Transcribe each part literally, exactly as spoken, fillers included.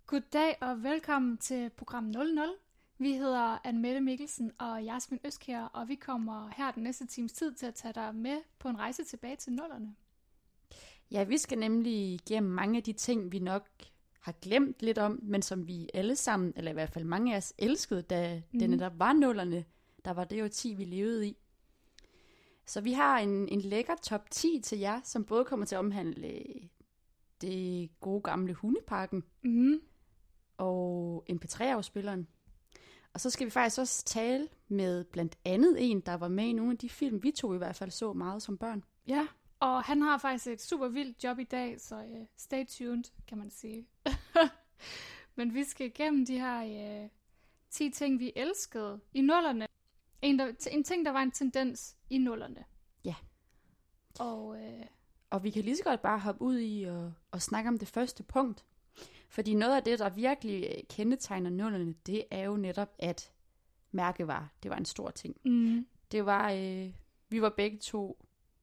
Goddag og velkommen til program nul nul. Vi hedder Anne-Mette Mikkelsen og Jasmin Øskjær, og vi kommer her den næste times tid til at tage dig med på en rejse tilbage til nullerne. Ja, vi skal nemlig igennem mange af de ting, vi nok har glemt lidt om, men som vi alle sammen, eller i hvert fald mange af os, elskede, da mm. det netop var nullerne. Der var det jo ti, vi levede i. Så vi har en, en lækker top ti til jer, som både kommer til at omhandle det gode gamle Hundeparken Mm. og M P tre-afspilleren. Og så skal vi faktisk også tale med blandt andet en, der var med i nogle af de film, vi to i hvert fald så meget som børn. Ja, og han har faktisk et super vildt job i dag, så uh, stay tuned, kan man sige. Men vi skal igennem de her uh, ti ting, vi elskede i nullerne. En, der, en ting, der var en tendens i nullerne. Ja. Og, uh, og vi kan lige så godt bare hoppe ud i og, og snakke om det første punkt. Fordi noget af det, der virkelig kendetegner nullerne, det er jo netop, at mærkevarer, det var en stor ting. Mm. Det var, øh, vi var begge to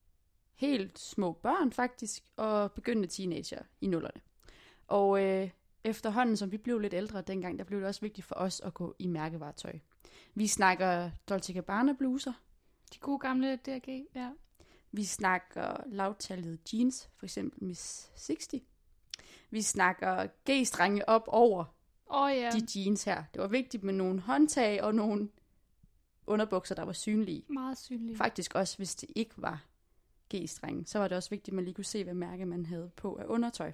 helt små børn faktisk, og begyndende teenager i nullerne. Og øh, efterhånden, som vi blev lidt ældre dengang, der blev det også vigtigt for os at gå i mærkevaretøj. Vi snakker Dolce and Gabbana bluser. De gode gamle D R G, ja. Vi snakker lavtallede jeans, for eksempel Miss seksti. Vi snakker G-strenge op over oh, yeah. de jeans her. Det var vigtigt med nogle håndtag og nogle underbukser, der var synlige. Meget synlige. Faktisk også, hvis det ikke var G-strenge, så var det også vigtigt, at man lige kunne se, hvad mærke man havde på af undertøj.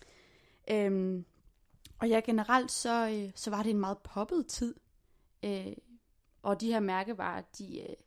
Øhm, og ja, generelt så, øh, så var det en meget poppet tid. Øh, og de her mærkevarer, de, øh,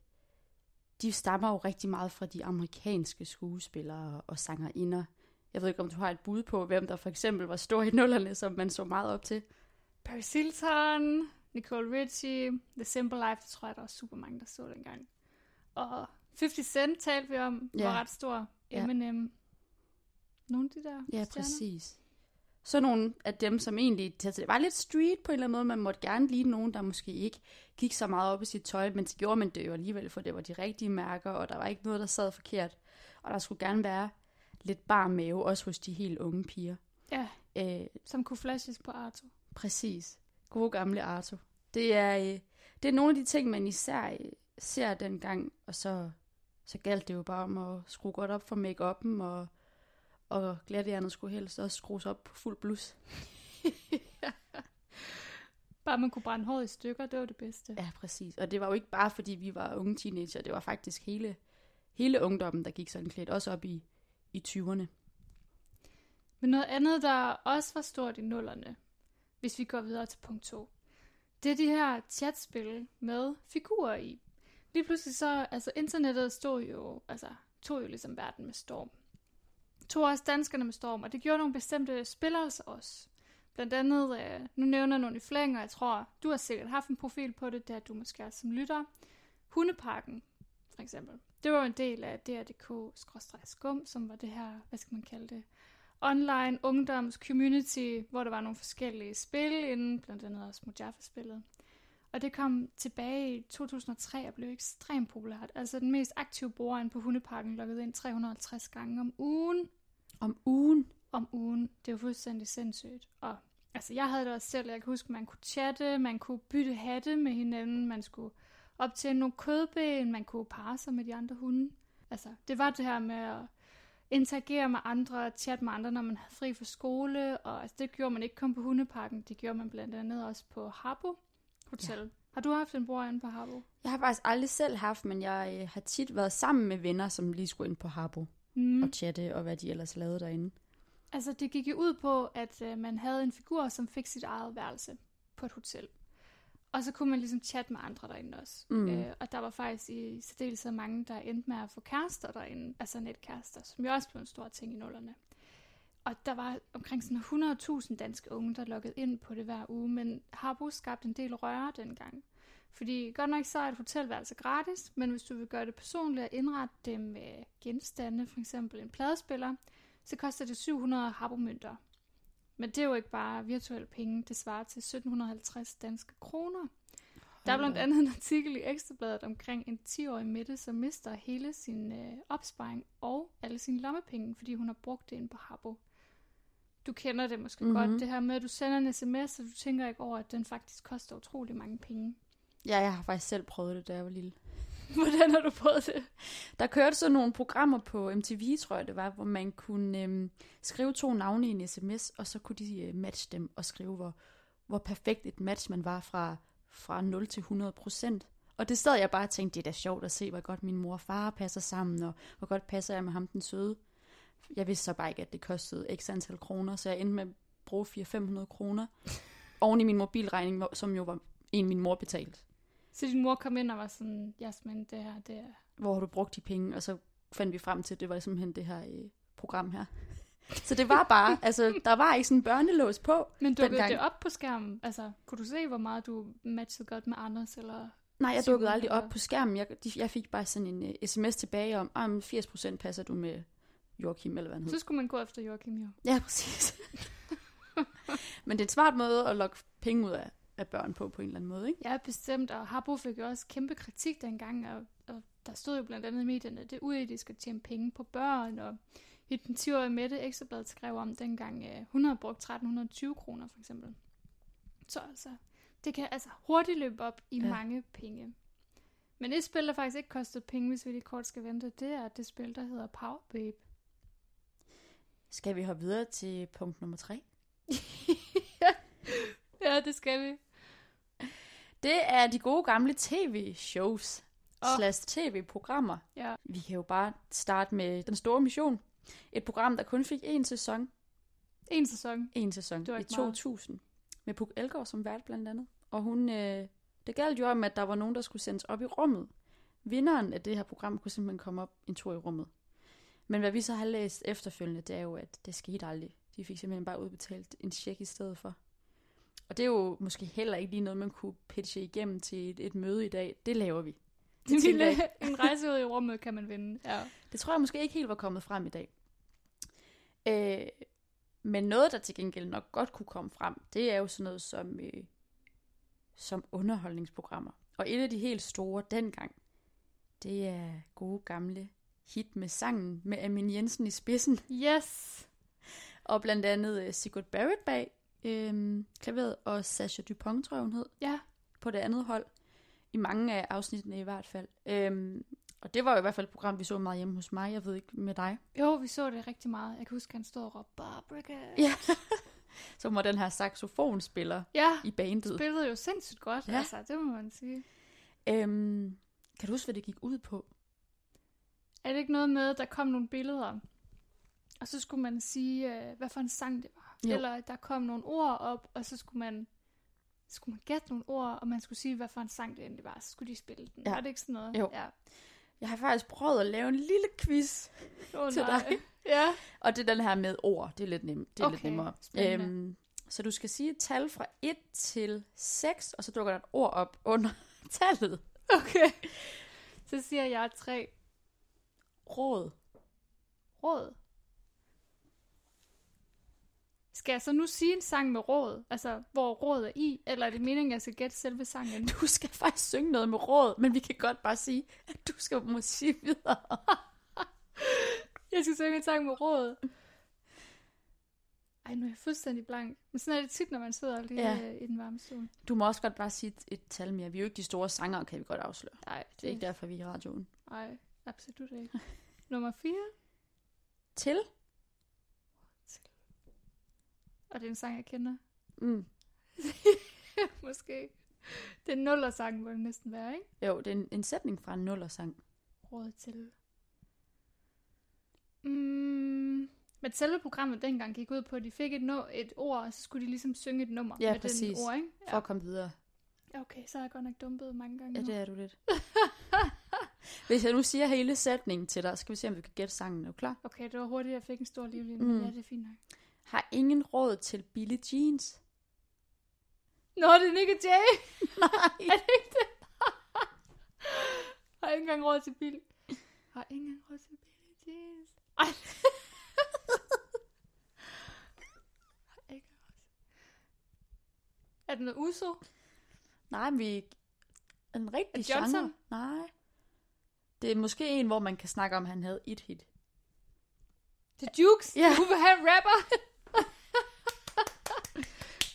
de stammer jo rigtig meget fra de amerikanske skuespillere og sangerinder. Jeg ved ikke, om du har et bud på, hvem der for eksempel var stor i nullerne, som man så meget op til. Paris Hilton, Nicole Richie, The Simple Life, det tror jeg, der var super mange, der så dengang. Og halvtreds Cent talte vi om, ja. var ret stor. Eminem. Ja. Nogle af de der Ja, stjerner. præcis. Så nogle af dem, som egentlig, det var lidt street på en eller anden måde, man måtte gerne ligne nogen, der måske ikke gik så meget op i sit tøj, men så gjorde man det jo alligevel, for det var de rigtige mærker, og der var ikke noget, der sad forkert. Og der skulle gerne være lidt bar mave, også hos de helt unge piger. Ja, Æh, som kunne flashes på Arto. Præcis. Gode gamle Arto. Det er, øh, det er nogle af de ting, man især øh, ser dengang, og så, så galt det jo bare om at skrue godt op for make-up'en, og, og glatternet skulle helst også skrues op på fuld blus. Ja. Bare man kunne brænde håret i stykker, det var det bedste. Ja, præcis. Og det var jo ikke bare, fordi vi var unge teenager, det var faktisk hele, hele ungdommen, der gik sådan klædt, også op i i tyverne. Men noget andet, der også var stort i nullerne, hvis vi går videre til punkt to, det er de her chatspil med figurer i. Lige pludselig så, altså internettet stod jo, altså tog jo ligesom verden med storm. Tog også danskerne med storm, og det gjorde nogle bestemte spillere også. Blandt andet, øh, nu nævner nogle i flæng, og jeg tror, du har sikkert haft en profil på det, der du måske også som lytter. Hundeparken, for eksempel. Det var en del af D R D K-skum, som var det her, hvad skal man kalde det, online ungdoms community, hvor der var nogle forskellige spil inden, blandt andet også Mojaffa-spillet. Og det kom tilbage i to tusind og tre og blev ekstremt populært. Altså den mest aktive bruger inde på Hundeparken loggede ind tre hundrede og halvtreds gange om ugen. Om ugen? Om ugen. Det er jo fuldstændig sindssygt. Og altså jeg havde det også selv, jeg kan huske, man kunne chatte, man kunne bytte hatte med hinanden, man skulle op til nogle kødben, man kunne parre sig med de andre hunde. Altså, det var det her med at interagere med andre, chatte med andre, når man havde fri fra skole, og altså, det gjorde man ikke kun på Hundeparken, det gjorde man blandt andet også på Habbo Hotel. Ja. Har du haft en bror inde på Habbo? Jeg har faktisk aldrig selv haft, men jeg øh, har tit været sammen med venner, som lige skulle ind på Habbo mm. og chatte, og hvad de ellers lavede derinde. Altså, det gik jo ud på, at øh, man havde en figur, som fik sit eget værelse på et hotel. Og så kunne man ligesom chatte med andre derinde også. Mm. Øh, og der var faktisk i særdeleshed mange, der endte med at få kærester derinde, altså netkærester, som jo også blev en stor ting i nullerne. Og der var omkring sådan hundrede tusind danske unge, der loggede ind på det hver uge, men Habbo skabte en del røre dengang. Fordi godt nok så er et hotelværelse gratis, men hvis du vil gøre det personligt og indrette det med genstande, for eksempel en pladespiller, så koster det syv hundrede Habbo-mønter. Men det er jo ikke bare virtuelle penge, det svarer til sytten halvtreds danske kroner. Der er blandt andet en artikel i Ekstrabladet omkring en ti-årig Mette, som mister hele sin øh, opsparing og alle sine lommepenge, fordi hun har brugt det inde på Habbo. du kender det måske Mhm. godt, det her med, at du sender en sms, og du tænker ikke over, at den faktisk koster utrolig mange penge. Ja, jeg har faktisk selv prøvet det, da jeg var lille. Hvordan har du prøvet det? Der kørte så nogle programmer på M T V, tror jeg det var, hvor man kunne øhm, skrive to navne i en sms, og så kunne de øh, matche dem og skrive, hvor, hvor perfekt et match man var fra, fra nul til hundrede procent. Og det sad jeg bare og tænkte, det er da sjovt at se, hvor godt min mor og far passer sammen, og hvor godt passer jeg med ham den søde. Jeg vidste så bare ikke, at det kostede x antal kroner, så jeg endte med at bruge fire til fem hundrede kroner oven i min mobilregning, hvor- som jo var en, min mor betalte. Så din mor kom ind og var sådan, Jasmin, det her, det er... Hvor har du brugt de penge? Og så fandt vi frem til, at det var simpelthen det her øh, program her. Så det var bare, altså, der var ikke sådan en børnelås på. Men dukkede dengang. det op på skærmen? Altså, kunne du se, hvor meget du matchede godt med Anders, eller... Nej, jeg Simon, dukkede aldrig op eller- på skærmen. Jeg, de, jeg fik bare sådan en uh, sms tilbage om, om firs procent passer du med Joachim, eller hvad han hed. Så skulle man gå efter Joachim, jo. Ja, præcis. Men det er en smart måde at lokke penge ud af, af børn på, på en eller anden måde, ikke? Ja, bestemt, og Harbo fik jo også kæmpe kritik dengang, og, og der stod jo blandt andet i medierne, at det er uetisk at tjene penge på børn, og i den ti-årige Mette Ekstrabladet skrev om dengang, at hun havde brugt tretten tyve kroner for eksempel. Så altså, det kan altså hurtigt løbe op i Ja. ja. mange penge. Men et spil, der faktisk ikke kostede penge, hvis vi lige kort skal vente, det er det spil, der hedder Power Babe. Skal vi hoppe videre til punkt nummer tre? Ja, det skal vi. Det er de gode gamle tv-shows Åh. slash tv-programmer. Ja. Vi kan jo bare starte med Den Store Mission. Et program, der kun fik én sæson. En sæson. En sæson Det var i ikke to meget. tusind. Med Puk Elgård som vært blandt andet. Og hun, øh, det galt jo om, at der var nogen, der skulle sendes op i rummet. Vinderen af det her program kunne simpelthen komme op en tur i rummet. Men hvad vi så har læst efterfølgende, det er jo, at det skete aldrig. De fik simpelthen bare udbetalt en check i stedet for. Og det er jo måske heller ikke lige noget, man kunne pitche igennem til et, et møde i dag. Det laver vi. Det, En, tænker jeg lille, ikke. en rejse ud i rummet kan man vinde. Ja. Det tror jeg måske ikke helt var kommet frem i dag. Øh, men noget, der til gengæld nok godt kunne komme frem, det er jo sådan noget som, øh, som underholdningsprogrammer. Og et af de helt store dengang, det er gode gamle hit med sangen med Amin Jensen i spidsen. Yes. Og blandt andet øh, Sigurd Barrett bag øh, klaveret, og Sasha Dupont, tror jeg hun hed, Ja. på det andet hold. I mange af afsnittene i hvert fald. Øhm, og det var jo i hvert fald et program, vi så meget hjemme hos mig. Jeg ved ikke med dig. Jo, vi så det rigtig meget. Jeg kan huske, at han stod og råbte, Barbara. Ja. Som var den her saxofonspiller Ja, i bandet. spillede jo sindssygt godt. Ja. Ja. Altså, det må man sige. Øhm, kan du huske, hvad det gik ud på? Er det ikke noget med, at der kom nogle billeder, og så skulle man sige, øh, hvad for en sang det var? Jo. Eller der kom nogle ord op, og så skulle man, skulle man gætte nogle ord, og man skulle sige, hvad for en sang det endelig var. Så skulle de spille den. Ja. Var det ikke sådan noget? Jo. Ja. Jeg har faktisk prøvet at lave en lille quiz Oh, til dig. Ja. Og det er den her med ord. Det er lidt, nem, det er Okay, lidt nemmere. spændende. Øhm, så du skal sige et tal fra et til seks, og så dukker der et ord op under tallet. Okay. Så siger jeg tre. Råd. Råd. Skal jeg så nu sige en sang med råd? Altså, hvor råd er i? Eller er det meningen, at jeg skal gætte selve sangen? Du skal faktisk synge noget med råd, men vi kan godt bare sige, at du skal må sige videre. Jeg skal synge en sang med råd. Ej, nu er jeg fuldstændig blank. Men sådan er det tit, når man sidder lige Ja. ja. i den varme stol. Du må også godt bare sige et, et tal mere. Vi er jo ikke de store sangere, kan vi godt afsløre. Nej, Det er ikke derfor, vi er i radioen. Nej, absolut ikke. Nummer fire. Til? Og det er en sang, jeg kender. Mm. Måske. Det er nullersangen, må det næsten være, ikke? Jo, det er en, en sætning fra en nullersang. Råd til. Mm, men selve programmet dengang gik ud på, at de fik et, no- et ord, og så skulle de ligesom synge et nummer Ja, med præcis. den ord, ikke? For at komme videre. Okay, så har jeg godt nok dumpet mange gange Ja, nu. det er du lidt. Hvis jeg nu siger hele sætningen til dig, skal vi se, om vi kan gætte sangen. Er du klar? Okay, det var hurtigt, jeg fik en stor livlinje. Mm. Mm. Ja, det er fint nok. Har ingen råd til Billie Jeans? Nå, det er Nick og Jay! Nej. Er det ikke det? Har ikke engang råd til bil. Har ikke engang råd til Billie Jeans. Ej. Har ikke råd til... Er det noget Uso? Nej, men vi er en rigtig Er Johnson? genre. Nej. Det er måske en, hvor man kan snakke om, at han havde et hit. Det er Jukes? Ja. Du vil have en rapper?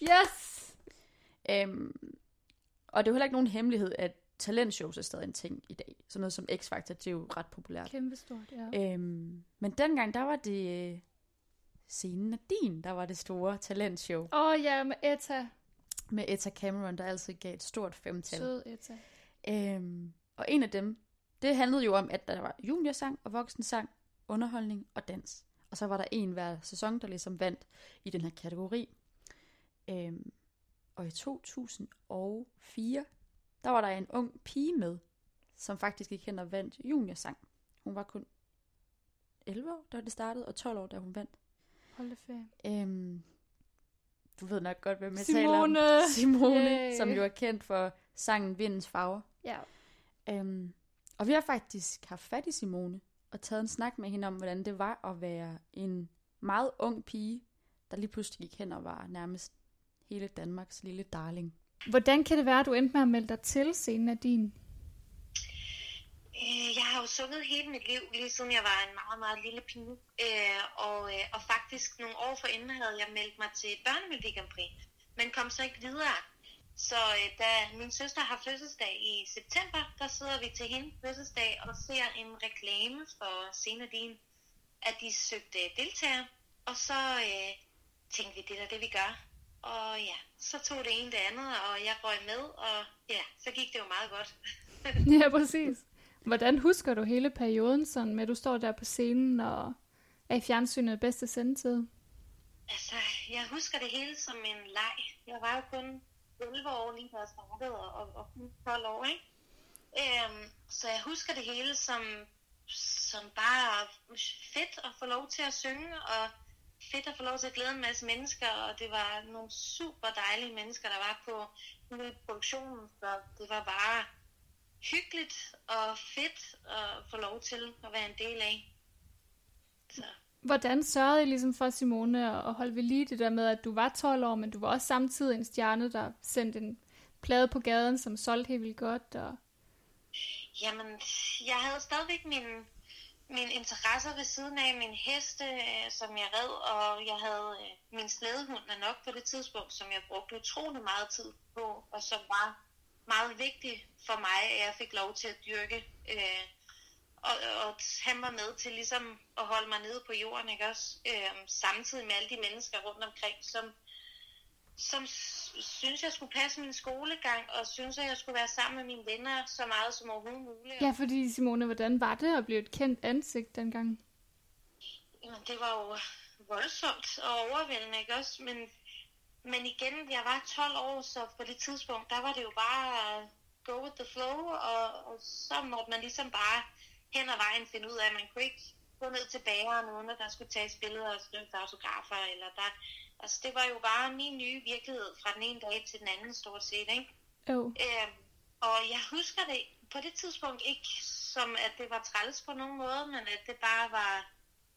Yes! Øhm, og det er jo heller ikke nogen hemmelighed, at talentshows er stadig en ting i dag. Sådan noget som X-Factor, det er jo ret populært. Kæmpestort, ja. Øhm, men dengang, der var det øh, Scenen er din, der var det store talentshow. Åh oh, ja, med Etta. Med Etta Cameron, der altid gav et stort femtal. Sød Etta. Øhm, og en af dem, det handlede jo om, at der var juniorsang og voksensang, underholdning og dans. Og så var der en hver sæson, der ligesom vandt i den her kategori. Øhm, og i to tusind og fire, der var der en ung pige med, som faktisk ikke hen og vandt juniorsang. Hun var kun elleve år, da det startede, og tolv år, da hun vandt. Hold da ferie. Øhm, du ved nok godt, hvem jeg Simone. taler om. Simone, Yay. som jo er kendt for sangen Vindens Farver. Ja. Øhm, og vi har faktisk haft fat i Simone, og taget en snak med hende om, hvordan det var at være en meget ung pige, der lige pludselig gik hen og var nærmest hele Danmarks lille darling. Hvordan kan det være, at du endte med at melde dig til Scenen er din? Jeg har jo sunget hele mit liv, lige siden jeg var en meget, meget lille pige. Og, og faktisk nogle år forinden havde jeg meldt mig til Børnemelodi Grand Prix, men kom så ikke videre. Så da min søster har fødselsdag i september, der sidder vi til hendes fødselsdag og ser en reklame for Scenen er din, at de søgte deltagere. Og så øh, tænkte vi, det er det, vi gør. Og ja, så tog det ene det andet, og jeg røg med, og ja, så gik det jo meget godt. Ja, præcis. Hvordan husker du hele perioden, sådan med at du står der på scenen og er i fjernsynet bedste sendetid? Altså, jeg husker det hele som en leg. Jeg var jo kun elleve år lige da jeg startede, og, og tolv år, ikke? Øhm, så jeg husker det hele som, som bare fedt at få lov til at synge, og fedt at få lov til at glæde en masse mennesker, og det var nogle super dejlige mennesker, der var på produktionen, så det var bare hyggeligt og fedt at få lov til at være en del af. Så. Hvordan sørgede I ligesom for, Simone, at holde ved lige det der med, at du var tolv år, men du var også samtidig en stjerne, der sendte en plade på gaden, som solgte helt vildt godt? Og... Jamen, jeg havde stadigvæk min, mine interesser ved siden af, min heste, øh, som jeg red, og jeg havde øh, min slædehund nok på det tidspunkt, som jeg brugte utrolig meget tid på, og som var meget vigtigt for mig, at jeg fik lov til at dyrke, øh, og, og have mig med til ligesom at holde mig nede på jorden, ikke også? Øh, samtidig med alle de mennesker rundt omkring, som, som synes, jeg skulle passe min skolegang, og synes, at jeg skulle være sammen med mine venner så meget som overhovedet muligt. Ja, fordi Simone, hvordan var det at blive et kendt ansigt dengang? Jamen, det var jo voldsomt og overvældende, ikke også? Men Men igen, jeg var tolv år, så på det tidspunkt, der var det jo bare go with the flow, og, og så måtte man ligesom bare hen ad vejen finde ud af, at man kunne ikke gå ned til bageren, uden at der skulle tages billeder og skrive autografer, eller der, altså det var jo bare min nye virkelighed fra den ene dag til den anden, stort set, ikke? Oh. Øhm, og jeg husker det på det tidspunkt ikke som, at det var træls på nogen måde, men at det bare var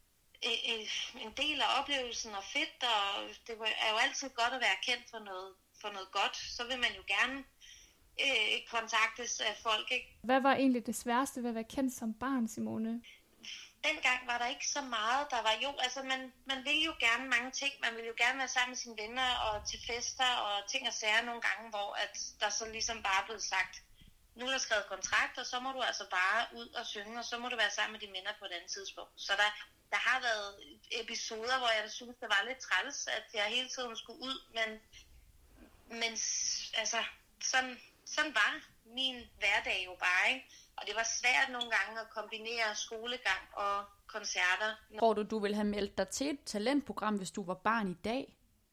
en del af oplevelsen og fedt, og det er jo altid godt at være kendt for noget, for noget godt. Så vil man jo gerne øh, kontaktes af folk, ikke? Hvad var egentlig det sværeste ved at være kendt som barn, Simone? Dengang var der ikke så meget. Der var jo, altså man, man ville jo gerne mange ting. Man ville jo gerne være sammen med sine venner og til fester og ting og sager nogle gange, hvor at der så ligesom bare blev sagt, nu er der skrevet kontrakt, og så må du altså bare ud og synge, og så må du være sammen med dine venner på et andet tidspunkt. Så der Der har været episoder, hvor jeg synes, det var lidt træls, at jeg hele tiden skulle ud, men, men altså, sådan, sådan var min hverdag jo bare, ikke? Og det var svært nogle gange at kombinere skolegang og koncerter. Tror du, du ville have meldt dig til et talentprogram, hvis du var barn i dag?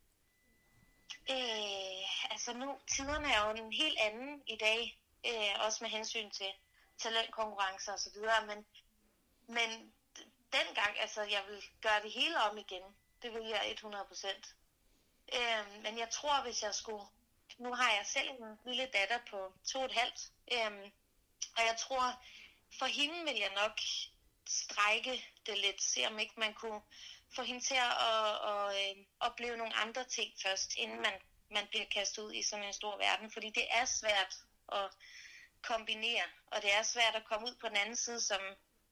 Øh, altså nu, tiderne er jo en helt anden i dag, øh, også med hensyn til talentkonkurrencer og så videre, men, men dengang, altså jeg vil gøre det hele om igen. Det vil jeg hundrede procent. Øhm, men jeg tror, hvis jeg skulle... Nu har jeg selv en lille datter på to og et halvt. Øhm, og jeg tror, for hende vil jeg nok strække det lidt. Se om ikke man kunne få hende til at, at, at, at opleve nogle andre ting først, inden man, man bliver kastet ud i sådan en stor verden. Fordi det er svært at kombinere. Og det er svært at komme ud på den anden side som...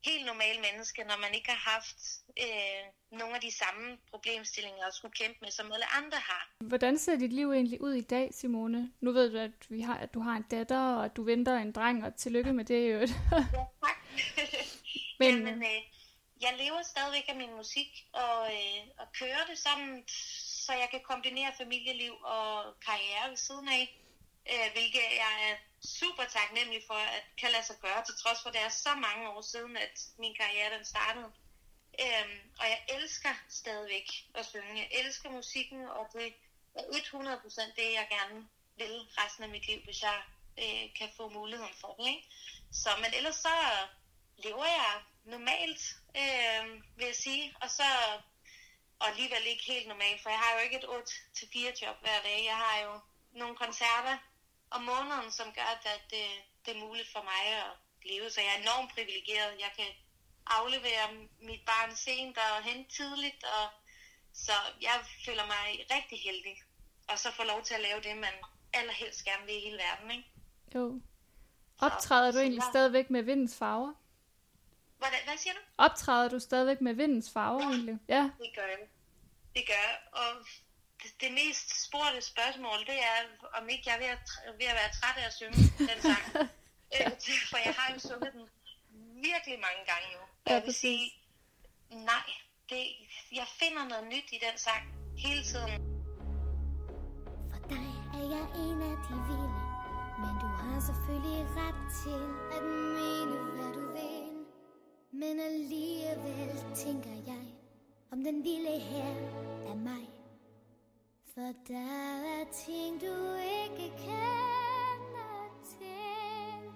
helt normalt menneske, når man ikke har haft øh, nogle af de samme problemstillinger at skulle kæmpe med, som alle andre har. Hvordan ser dit liv egentlig ud i dag, Simone? Nu ved du, at, vi har, at du har en datter, og at du venter en dreng, og tillykke med det. Jo. Ja, tak. Men, Jamen, øh, jeg lever stadigvæk af min musik, og, øh, og kører det sammen, så jeg kan kombinere familieliv og karriere ved siden af. Øh, hvilket jeg er super taknemmelig for, at kan lade sig gøre, til trods for, at det er så mange år siden, at min karriere den startede. Øhm, og jeg elsker stadigvæk at synge. Jeg elsker musikken, og det er hundrede procent det, jeg gerne vil resten af mit liv, hvis jeg øh, kan få muligheden for det. Ikke? Så, men ellers så lever jeg normalt, øh, vil jeg sige. Og så og alligevel ikke helt normalt, for jeg har jo ikke et otte til fire job hver dag. Jeg har jo nogle koncerter om måneden, som gør, at det, det er muligt for mig at leve. Så jeg er enormt privilegeret. Jeg kan aflevere mit barn sent og hente tidligt. Og, så jeg føler mig rigtig heldig. Og så få lov til at lave det, man allerhelst gerne vil i hele verden. Ikke? Jo. Optræder så, du egentlig så, stadigvæk med vindens farver? Hvad, hvad siger du? Optræder du stadigvæk med vindens farver ja, egentlig? Ja, det gør jeg. Det gør jeg. Og det mest spurgte spørgsmål, det er, om ikke jeg er ved at, ved at være træt af at synge den sang. ja. For jeg har jo sunget den virkelig mange gange nu. Ja, jeg vil sige, nej, det, jeg finder noget nyt i den sang hele tiden. For dig er jeg en af de vilde, men du har selvfølgelig ret til at mene, hvad du vil. Men alligevel tænker jeg, om den lille her er mig. For der er ting, du ikke kender til.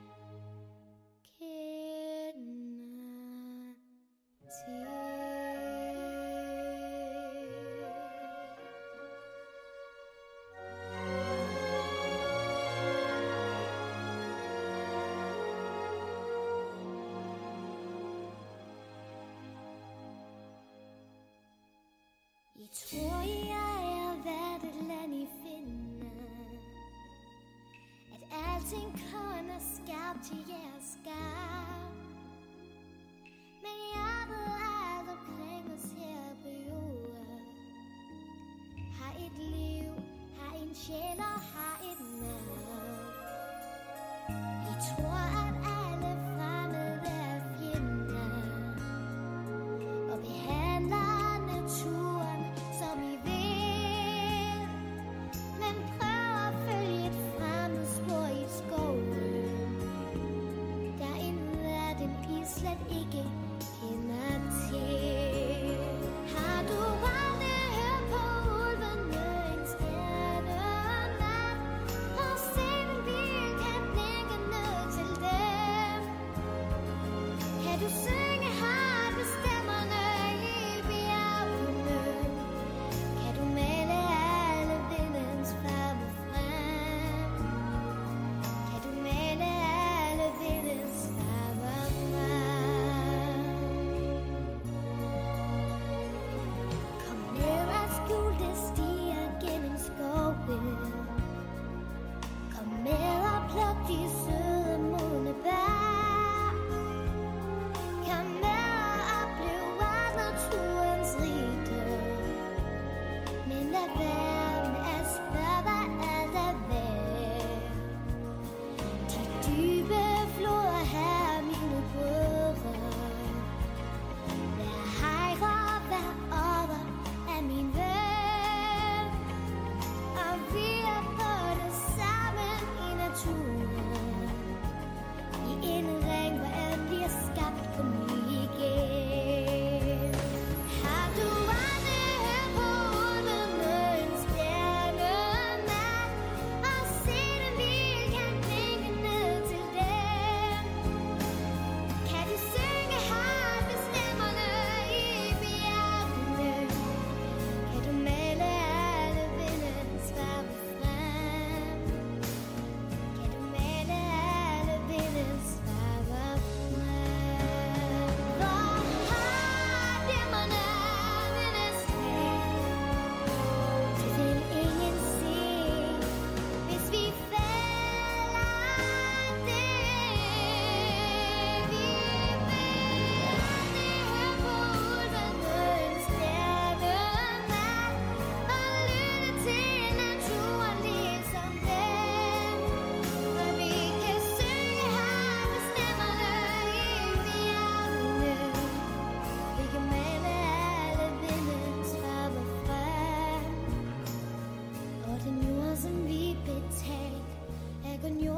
Kender til. I tror, jeg er hvert et land I finder, at alting kun er skarpt til jeres skarp. Men jeg ved alt omkring os her på jorden, har et liv, har en sjæl og har et navn. I tror, at alle fremmede er fjender, og behandler naturen som I vil. Men prøv at følge et fremmed spor i skoven, der en verden I slet ikke kender til. Har du aldrig hørt på ulvene en stjernenat, hvor selv en bil kan blinke ned til dem? Kan du synge højt med stemmerne i bjergene? Kan du male alle vindens farver frem? Kan du male alle vindens farver frem?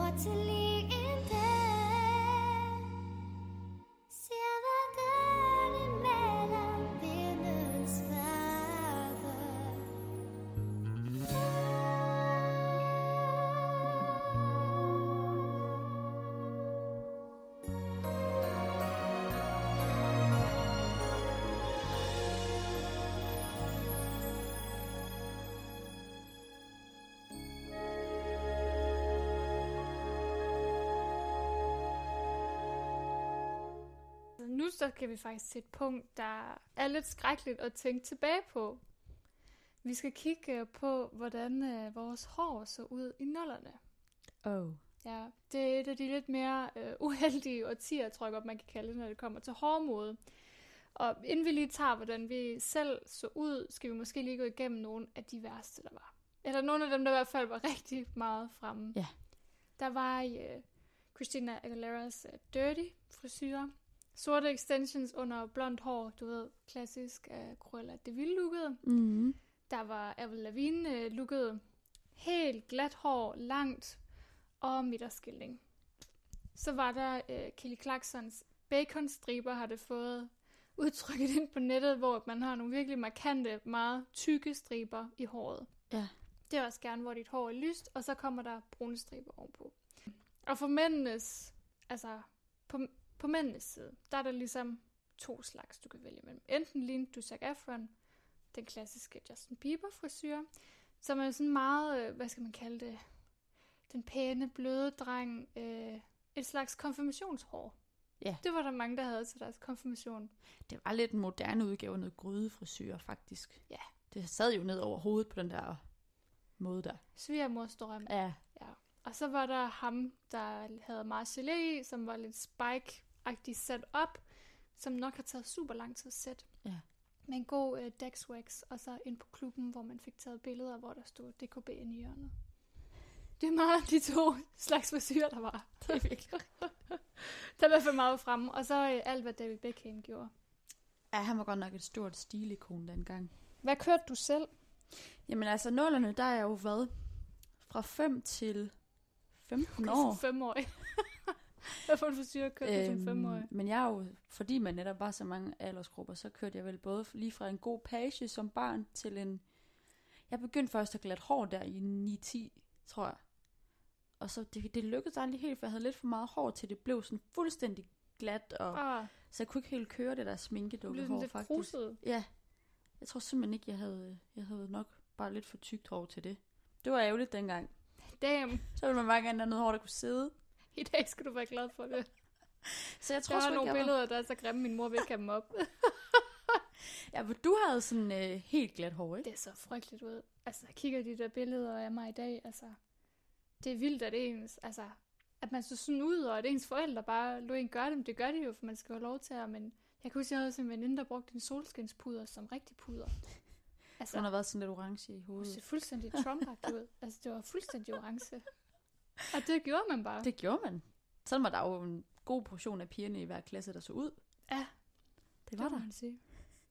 til lige en dag. Ser hvordan maler vindens farver. Nu så kan vi faktisk til et punkt, der er lidt skrækkeligt at tænke tilbage på. Vi skal kigge på, hvordan øh, vores hår så ud i nullerne. Oh. Ja, det er et af de lidt mere øh, uheldige årtier, tror jeg godt, man kan kalde det, når det kommer til hårmode. Og inden vi lige tager, hvordan vi selv så ud, skal vi måske lige gå igennem nogle af de værste, der var. Eller nogle af dem, der i hvert fald var rigtig meget fremme. Ja. Der var øh, Christina Aguileras øh, dirty frisyrer. Sorte extensions under blondt hår, du ved, klassisk uh, Cruella de Vil looket. Mm. Der var Avril Lavigne uh, looket, helt glat hår, langt og midterskilning. Så var der uh, Kelly Clarksons baconstriber, har det fået udtrykket ind på nettet, hvor man har nogle virkelig markante, meget tykke striber i håret. Ja. Det er også gerne, hvor dit hår er lyst, og så kommer der brune striber ovenpå. Og for mændenes, altså på På mændenes side, der er der ligesom to slags, du kan vælge mellem. Enten lignede du Zac Efron, den klassiske Justin Bieber-frisyr, som er sådan meget, hvad skal man kalde det, den pæne, bløde dreng, øh, et slags konfirmationshår. Ja. Det var der mange, der havde til deres konfirmation. Det var lidt en moderne udgave af noget grydefrisyr, faktisk. Ja. Det sad jo ned over hovedet på den der måde der. Svigermorsdrøm. Ja. Ja. Og så var der ham, der havde meget gelé i, som var lidt spike-agtigt sat op, som nok har taget super lang tid at sætte. Ja. Med en god øh, Dex-wax, og så ind på klubben, hvor man fik taget billeder, hvor der stod D K B inde i hjørnet. Det er meget de to slags frisyrer, der var. Det er virkelig. Der var i hvert fald meget fremme. Og så øh, alt, hvad David Beckham gjorde. Ja, han var godt nok et stort stilikon dengang. Hvad kørte du selv? Jamen altså, nullerne, der er jo hvad? Fra fem til femten Okay, år. som femårig. Hvad for en frisyr kørte du som femårig? Men jeg er jo, fordi man netop var så mange aldersgrupper, så kørte jeg vel både lige fra en god page som barn til en... Jeg begyndte først at glatte hår der i ni ti, tror jeg. Og så det, det lykkedes aldrig helt, for jeg havde lidt for meget hår til det blev sådan fuldstændig glat, og Ah, så jeg kunne ikke helt køre det der sminkedukke blev hår, sådan lidt faktisk. kruset. Ja, jeg tror simpelthen ikke, jeg havde, jeg havde nok bare lidt for tykt hår til det. Det var ærgerligt dengang. Damn. Så ville man bare gerne have noget hår, der kunne sidde. I dag skal du være glad for det. Så jeg tror Der sgu er ikke, nogle jeg var- billeder, der er så grimme, min mor vil ikke have dem op. Ja, for du havde sådan øh, helt glat hår, ikke? Det er så frygteligt ud. Altså, jeg kigger de der billeder af mig i dag, altså, det er vildt, at ens, altså, at man så sådan ud, og at ens forældre bare lå en gøre dem. Det gør de jo, for man skal have lov til at, men jeg kunne huske, jeg havde sådan en veninde, der brugte en solskinspuder som rigtig puder. Altså, Den har været sådan lidt orange i det hovedet. så fuldstændig Trump-agtigt ud. Altså, det var fuldstændig orange. Og det gjorde man bare. Det gjorde man. Sådan var der jo en god portion af pigerne i hver klasse, der så ud. Ja, Det var må der. man sige.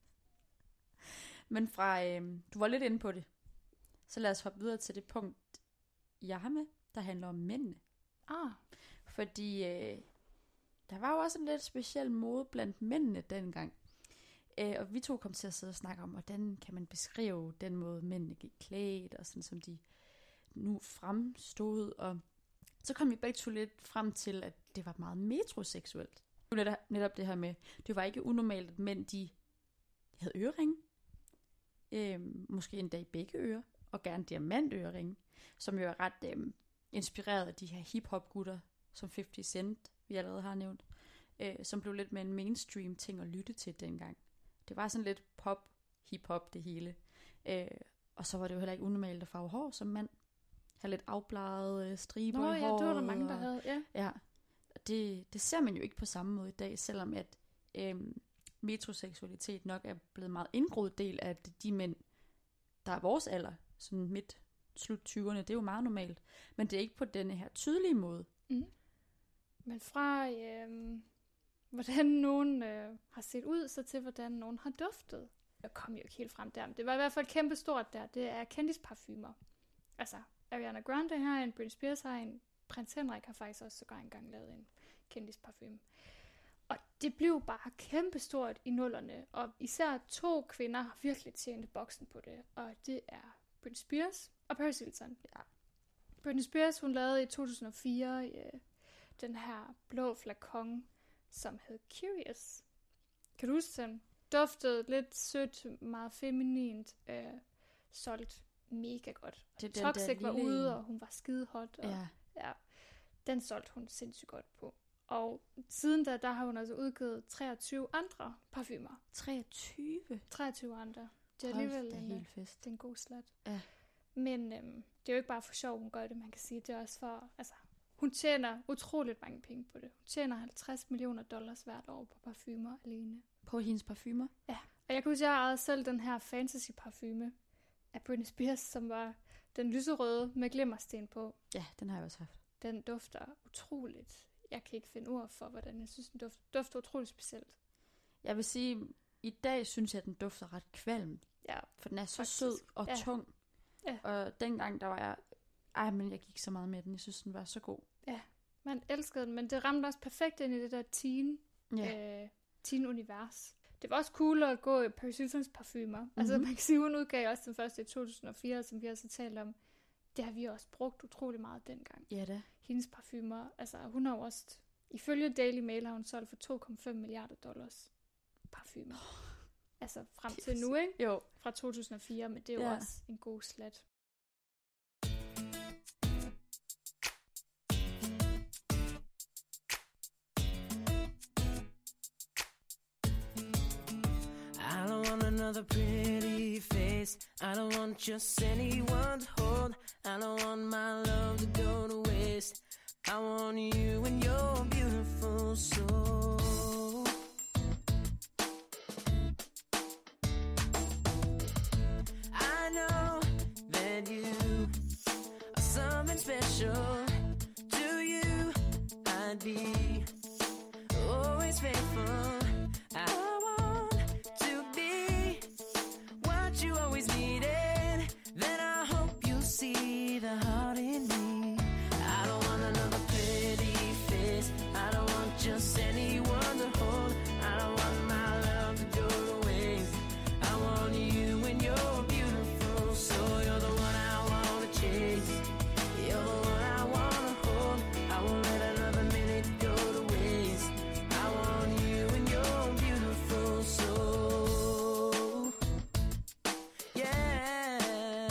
Men fra, øh, du var lidt inde på det. Så lad os hoppe videre til det punkt, jeg har med, der handler om mændene. Ah, Fordi øh, der var jo også en lidt speciel mode blandt mændene dengang. Øh, og vi to kom til at sidde og snakke om, hvordan kan man beskrive den måde, mændene gik klædt, og sådan som de nu fremstod. Og så kom vi begge to lidt frem til, at det var meget metroseksuelt. Det var netop, netop det her med, det var ikke unormalt, at mænd de havde øreringe. Øh, måske endda i begge ører, og gerne diamantøreringe, som jo er ret øh, inspireret af de her hip-hop-gutter, som halvtreds Cent, vi allerede har nævnt, øh, som blev lidt med en mainstream ting at lytte til dengang. Det var sådan lidt pop, hip-hop det hele. Øh, og så var det jo heller ikke unormalt at farve hår som mand. Have lidt afbladet øh, striber nå i ja, håret. det var der mange, der og- havde. Ja. Ja, og det, det ser man jo ikke på samme måde i dag, selvom at øhm, metroseksualitet nok er blevet en meget indgroet del af de mænd, der er vores alder, sådan midt, slut tyverne, det er jo meget normalt. Men det er ikke på denne her tydelige måde. Mm. Men fra øh, hvordan nogen øh, har set ud, så til hvordan nogen har duftet. Jeg kom jo ikke helt frem der, men det var i hvert fald kæmpe stort der. Det er kendisparfumer. Altså, Ariana Grande har en, Britney Spears har en, prins Henrik har faktisk også sågar engang lavet en kendisparfume. Og det blev bare kæmpestort i nullerne, og især to kvinder har virkelig tjent boksen på det, og det er Britney Spears og Paris Hilton. Ja. Britney Spears, hun lavede i to tusind og fire øh, den her blå flakon, som hed Curious. Kan du huske den? Duftede lidt sødt, meget feminint, øh, solgt mega godt. Det, Toxic den var lille... ude, og hun var skide hot. Og, Ja. ja, den solgte hun sindssygt godt på. Og siden da, der har hun altså udgivet treogtyve andre parfumer. treogtyve? treogtyve andre. Det er Hold alligevel da en, helt fest. det er en god slat. Ja. Men øhm, det er jo ikke bare for sjov, hun gør det, man kan sige. Det er også for, altså, hun tjener utroligt mange penge på det. Hun tjener halvtreds millioner dollars hvert år på parfumer alene. På hendes parfumer? Ja. Og jeg kan huske, at jeg ejede selv den her fantasy parfume af Britney Spears, som var den lyserøde med glimmersten på. Ja, den har jeg også haft. Den dufter utroligt. Jeg kan ikke finde ord for, hvordan jeg synes, den dufter, dufter utroligt specielt. Jeg vil sige, i dag synes jeg, at den dufter ret kvalm. Ja, For den er så faktisk. sød og Ja. tung. Ja. Og dengang, der var jeg... Ej, men jeg gik så meget med den. Jeg synes, den var så god. man elskede den, men det ramte også perfekt ind i det der teen, Ja. øh, teen-univers. Det var også cool at gå i Paris Hiltons parfumer. Mm-hmm. Altså Mhm. man kan sige, hun udgav også den første i to tusind og fire, som vi også har talt om. Det har vi også brugt utrolig meget dengang. Ja da. Hendes parfumer, altså hun har jo også, ifølge Daily Mail har hun solgt for to komma fem milliarder dollars parfumer. Oh, altså frem til nu, ikke? Jo. Fra to tusind og fire, men det er jo Ja. også en god slat. I don't want another pretty face. I don't want just anyone to hold. I don't want my love to go to waste. I want you and your beautiful soul. I know that you are something special. To you, I'd be always faithful. I want to be what you always needed. Then I hope you see the heart in me. I don't want another pretty face. I don't want just anyone to hold. I don't want my love to go to waste. I want you and your beautiful soul. You're the one I want to chase. You're the one I want to hold. I won't let another minute go to waste. I want you and your beautiful soul. Yeah.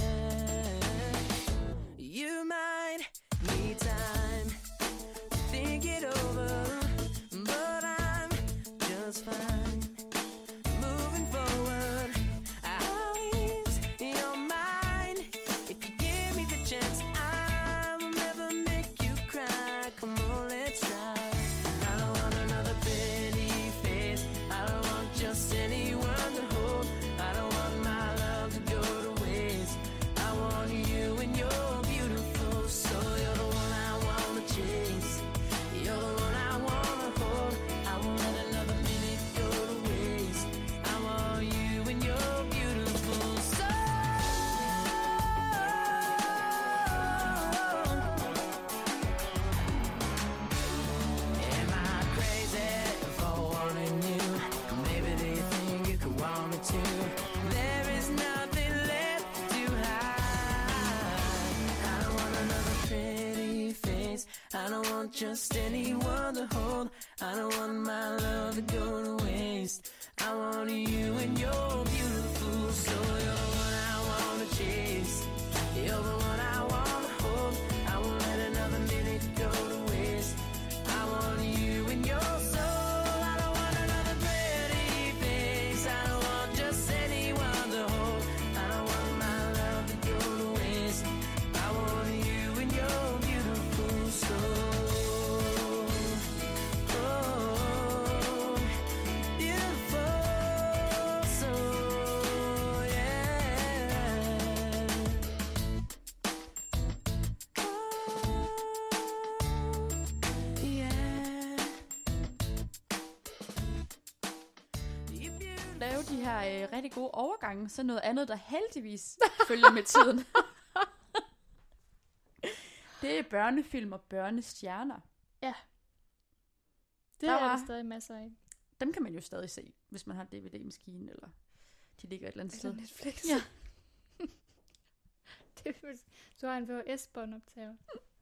You might need time to think it over, but I'm just fine. Moving forward, I'll ease your mind. If you give me the chance, I will never make you cry. Come on, let's try. I don't want another pretty face. I don't want just anyone to hold. I don't want my love to go to waste. I want you and your beautiful soul. You're the one I want to chase. You're the one I want to hold. I won't let another minute go to waste. I want you and your beautiful soul. Am I crazy for wanting you? Maybe they think you could want me too. There is nothing left to hide. I don't want another pretty face. I don't want just anyone to hold. I don't want my love to go to waste. I want you and your beautiful soul. You're the one I want to chase. You're the one I want to hold. I won't let another minute go to waste. I want you and your soul. I don't want another pretty face. I don't want just anyone to hold. I don't want my love to go to waste. I want you and your beautiful soul. Oh, beautiful soul, yeah. Oh, yeah. You're beautiful. Lave de her øh, rigtig gode overgange, så noget andet, der heldigvis følger med tiden. Det er børnefilm og børnestjerner. Det Der er var- der stadig masser af. Dem kan man jo stadig se, hvis man har D V D-maskinen, eller de ligger et eller andet Eller sted. Netflix. Ja. Det er, hvis du har en V H S-båndoptager.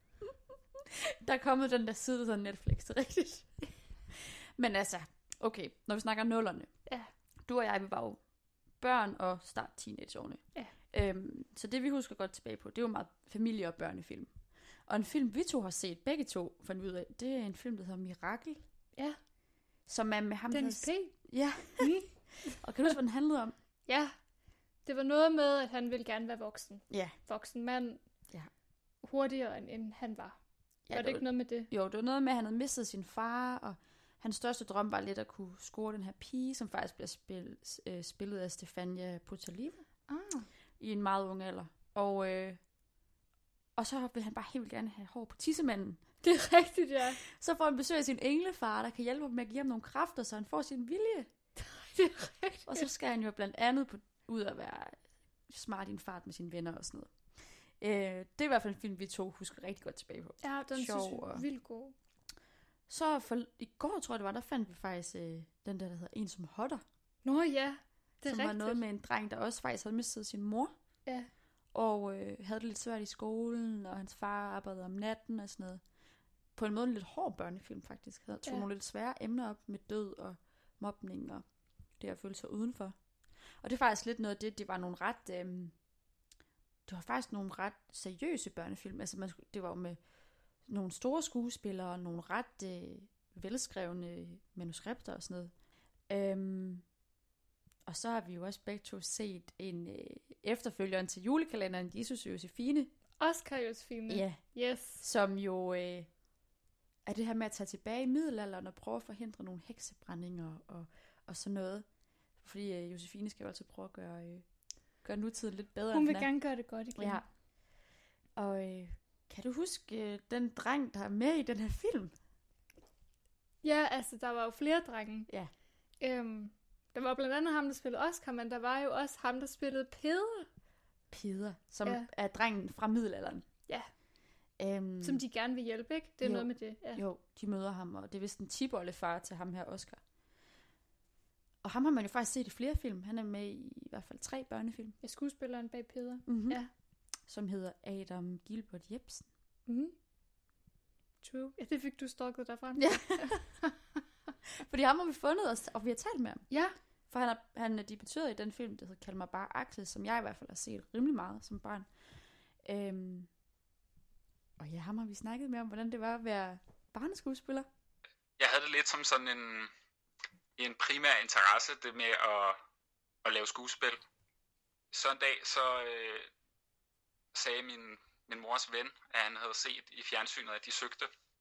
Der er kommet den der side, der hedder Netflix, det er rigtigt. Men altså, okay, når vi snakker nullerne. Ja. Du og jeg, vi var jo børn og start teenageårene. Ja. Øhm, så det vi husker godt tilbage på, det er jo meget familie- og børnefilm. Og en film, vi to har set, begge to, fandt vi ud af, det er en film, der hedder Mirakel. Ja. Som er med ham, Dennis P. der... Ja. Og kan du huske, hvad den handlede om? Ja. Det var noget med, at han ville gerne være voksen. Ja. Voksen mand. Ja. Hurtigere, end, end han var. Ja, var det det ikke noget med det? Jo, det var noget med, at han havde mistet sin far, og hans største drøm var lidt at kunne score den her pige, som faktisk bliver spil, øh, spillet af Stefania Potalivo Ah. i en meget ung alder. Og, øh, og så vil han bare helt vildt gerne have hår på tissemanden. Det er rigtigt, ja. Så får han besøg af sin englefar, der kan hjælpe ham med at give ham nogle kræfter, så han får sin vilje. Det er rigtigt. Og så skal han jo blandt andet på, ud at være smart i en fart med sine venner og sådan noget. Øh, det er i hvert fald en film, vi to husker rigtig godt tilbage på. Ja, den Sjov synes jeg og- er vildt god. Så for, i går, tror jeg det var, der fandt vi faktisk øh, den der, der hedder En som hotter. Nå ja, det er som rigtigt. var noget med en dreng, der også faktisk havde mistet sin mor. Ja. Og øh, havde det lidt svært i skolen, og hans far arbejdede om natten og sådan noget. På en måde en lidt hård børnefilm faktisk. Han tog Ja. nogle lidt svære emner op med død og mobning og det at føle sig udenfor. Og det er faktisk lidt noget af det, det var nogle ret... Øh, det var faktisk nogle ret seriøse børnefilm. Altså man, skulle- det var jo med nogle store skuespillere og nogle ret øh, velskrevne manuskripter og sådan noget. Øhm, og så har vi jo også begge to set en øh, efterfølgeren til julekalenderen, Jesus og Josefine. Oscar Josefine. Ja. Yes. Som jo øh, er det her med at tage tilbage i middelalderen og prøve at forhindre nogle heksebrændinger og, og sådan noget. Fordi øh, Josefine skal jo altid prøve at gøre, øh, gøre nutiden lidt bedre. Hun end vil den er. gerne gøre det godt igen. Ja. Og øh, kan du huske øh, den dreng, der er med i den her film? Ja, altså, der var jo flere drenge. Ja. Øhm, der var blandt andet ham, der spillede Oscar, men der var jo også ham, der spillede Peder, Peder, som Ja. ja. er drengen fra middelalderen. Ja. Øhm, som de gerne vil hjælpe, ikke? Det er Jo. noget med det. Ja. Jo, de møder ham, og det er vist en tipoldefar til ham her, Oscar. Og ham har man jo faktisk set i flere film. Han er med i i hvert fald tre børnefilm. Jeg skuespilleren bag Peder. Mm-hmm. Ja. Som hedder Adam Gilbert Jebsen. Mm. True. Ja, det fik du stalket derfra. Ja. Fordi ham har vi fundet os, og vi har talt med ham. Ja. For han, er, han er debuteret i den film, der hedder Kald mig bare Axel, som jeg i hvert fald har set rimelig meget som barn. Øhm, og ja, ham har vi snakket med om, hvordan det var at være barneskuespiller. Jeg havde det lidt som sådan en, en primær interesse, det med at, at lave skuespil. Så en dag, så øh, sagde min, min mors ven, at han havde set i fjernsynet, at de søgte,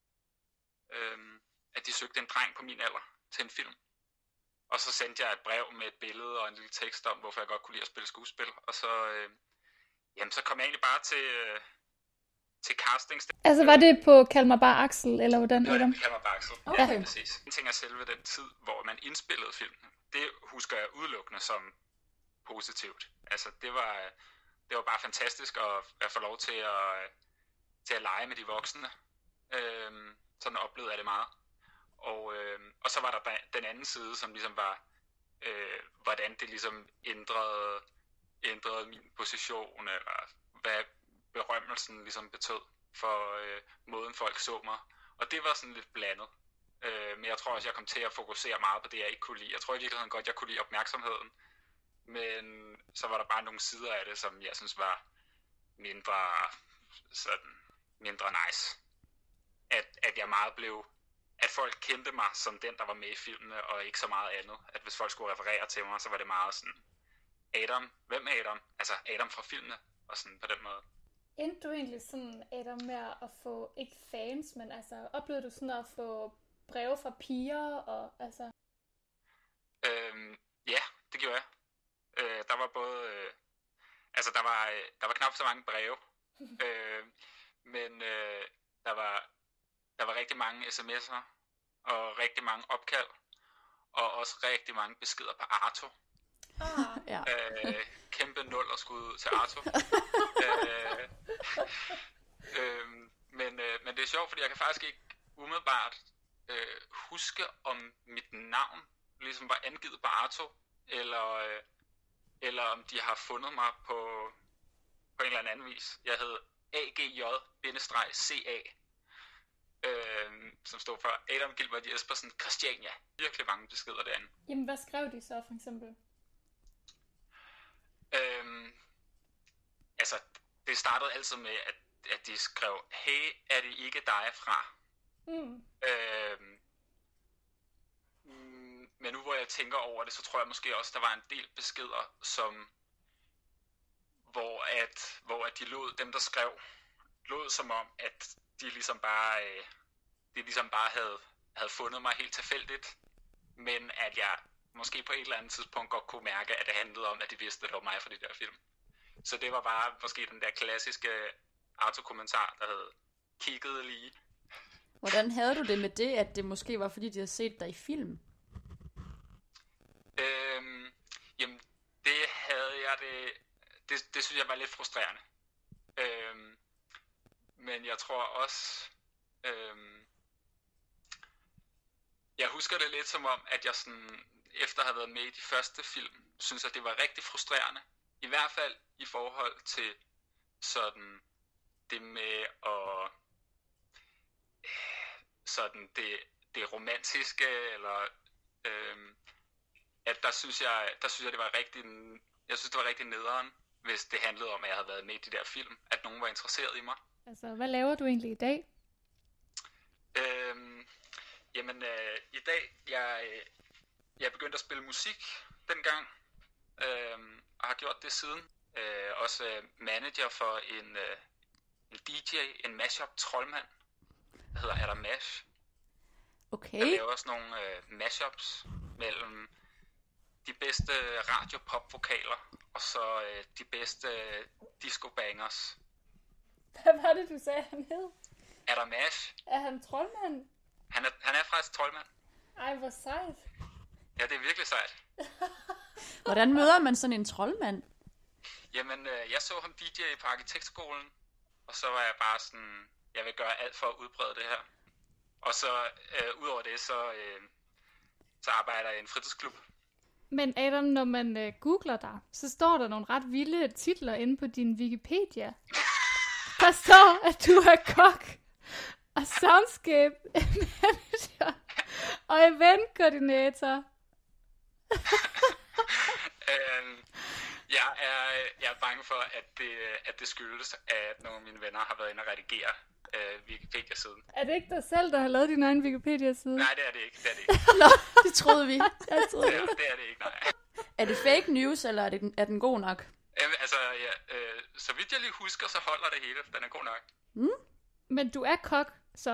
øh, at de søgte en dreng på min alder til en film. Og så sendte jeg et brev med et billede og en lille tekst om, hvorfor jeg godt kunne lide at spille skuespil. Og så, øh, jamen, så kom jeg egentlig bare til, øh, til castings. Altså, var det på Kald mig bare Axel, eller hvordan, Det var Adam? det, kalder mig Baxel. Okay. Ja, præcis. En ting er selve den tid, hvor man indspillede filmen. Det husker jeg udelukkende som positivt. Altså, det var, det var bare fantastisk at, at få lov til at, til at lege med de voksne. Øhm, sådan oplevede jeg det meget. Og, øhm, og så var der den anden side, som ligesom var, øh, hvordan det ligesom ændrede, ændrede min position, eller hvad berømmelsen ligesom betød for øh, måden folk så mig. Og det var sådan lidt blandet. Øh, men jeg tror også, jeg kom til at fokusere meget på det, jeg ikke kunne lide. Jeg tror i virkeligheden godt, jeg kunne lide opmærksomheden. Men så var der bare nogle sider af det, som jeg synes var mindre, sådan, mindre nice. At, at jeg meget blev... At folk kendte mig som den, der var med i filmene, og ikke så meget andet. At hvis folk skulle referere til mig, så var det meget sådan... Adam, hvem er Adam? Altså Adam fra filmene, og sådan på den måde. Endte du egentlig sådan, Adam, med at få, ikke fans, men altså, oplevede du sådan at få breve fra piger, og altså... Øhm, ja, det gjorde jeg. Øh, der var både... Øh, altså, der var, øh, der var knap så mange breve. øh, men øh, der var... Der var rigtig mange sms'er, og rigtig mange opkald, og også rigtig mange beskeder på Arto. Ah, Ja. Øh, kæmpe nul og skud ud til Arto. øh, øh, er sjovt, fordi jeg kan faktisk ikke umiddelbart øh, huske, om mit navn ligesom var angivet på Arto, eller, øh, eller om de har fundet mig på, på en eller anden vis. Jeg hed A G J-C A, øh, som stod for Adam Gilbert Jespersen Christiania. Virkelig mange beskeder derinde. Jamen, hvad skrev de så, for eksempel? Øhm, altså, det startede altid med, at, at de skrev, hey, er det ikke dig fra? Mm. Øhm, mm, men nu hvor jeg tænker over det, så tror jeg måske også, der var en del beskeder, som, hvor, at, hvor at de lod, dem der skrev, lod som om, at de ligesom bare, øh, de ligesom bare havde, havde fundet mig helt tilfældigt, men at jeg måske på et eller andet tidspunkt godt kunne mærke, at det handlede om, at de vidste, at det var mig for de der film. Så det var bare måske den der klassiske Arto-kommentar, der hed, kiggede lige. Hvordan havde du det med det, at det måske var, fordi de havde set dig i film? Øhm, jamen, det havde jeg det, det, det synes jeg var lidt frustrerende. Øhm, men jeg tror også, øhm, jeg husker det lidt som om, at jeg sådan, efter at have været med i de første film, synes at det var rigtig frustrerende. I hvert fald i forhold til sådan det med at sådan det, det romantiske, eller øhm, at der synes jeg, der synes jeg det var rigtig, jeg synes det var rigtig nederen, hvis det handlede om, at jeg havde været med i de der film, at nogen var interesseret i mig. Altså, hvad laver du egentlig i dag? Øhm, jamen, øh, i dag, jeg, øh, jeg er begyndt at spille musik dengang, øh, og har gjort det siden. Øh, også øh, manager for en, øh, en D J, en mashup troldmand, der hedder Adam Mash. Okay. Jeg laver også nogle øh, mashups mellem de bedste radio-pop-vokaler, og så øh, de bedste øh, disco-bangers. Hvad var det, du sagde, han hed? Adam Mash. Er han troldmand? Han er, han er faktisk troldmand. Ej, hvor sejt. Ja, det er virkelig sejt. Hvordan møder man sådan en troldmand? Jamen, øh, jeg så ham D J på arkitektskolen, og så var jeg bare sådan, jeg vil gøre alt for at udbrede det her. Og så, øh, udover det, så, øh, så arbejder jeg i en fritidsklub. Men Adam, når man øh, googler dig, så står der nogle ret vilde titler inde på din Wikipedia. Der står, at du er kok og soundscape manager og eventkoordinator. øhm, jeg, er, jeg er bange for, at det, at det skyldes, at nogle af mine venner har været inde og redigere øh, Wikipedia-siden. Er det ikke dig selv, der har lavet din egen Wikipedia-side? Nej, det er det ikke. Det er det ikke. Nå, det troede vi. Jeg troede Det vi. er, det er det ikke, nej. Er det fake news, eller er, det, er den god nok? Øhm, altså, ja, øh, så vidt jeg lige husker, så holder det hele. Den er god nok. Mm? Men du er kok, så?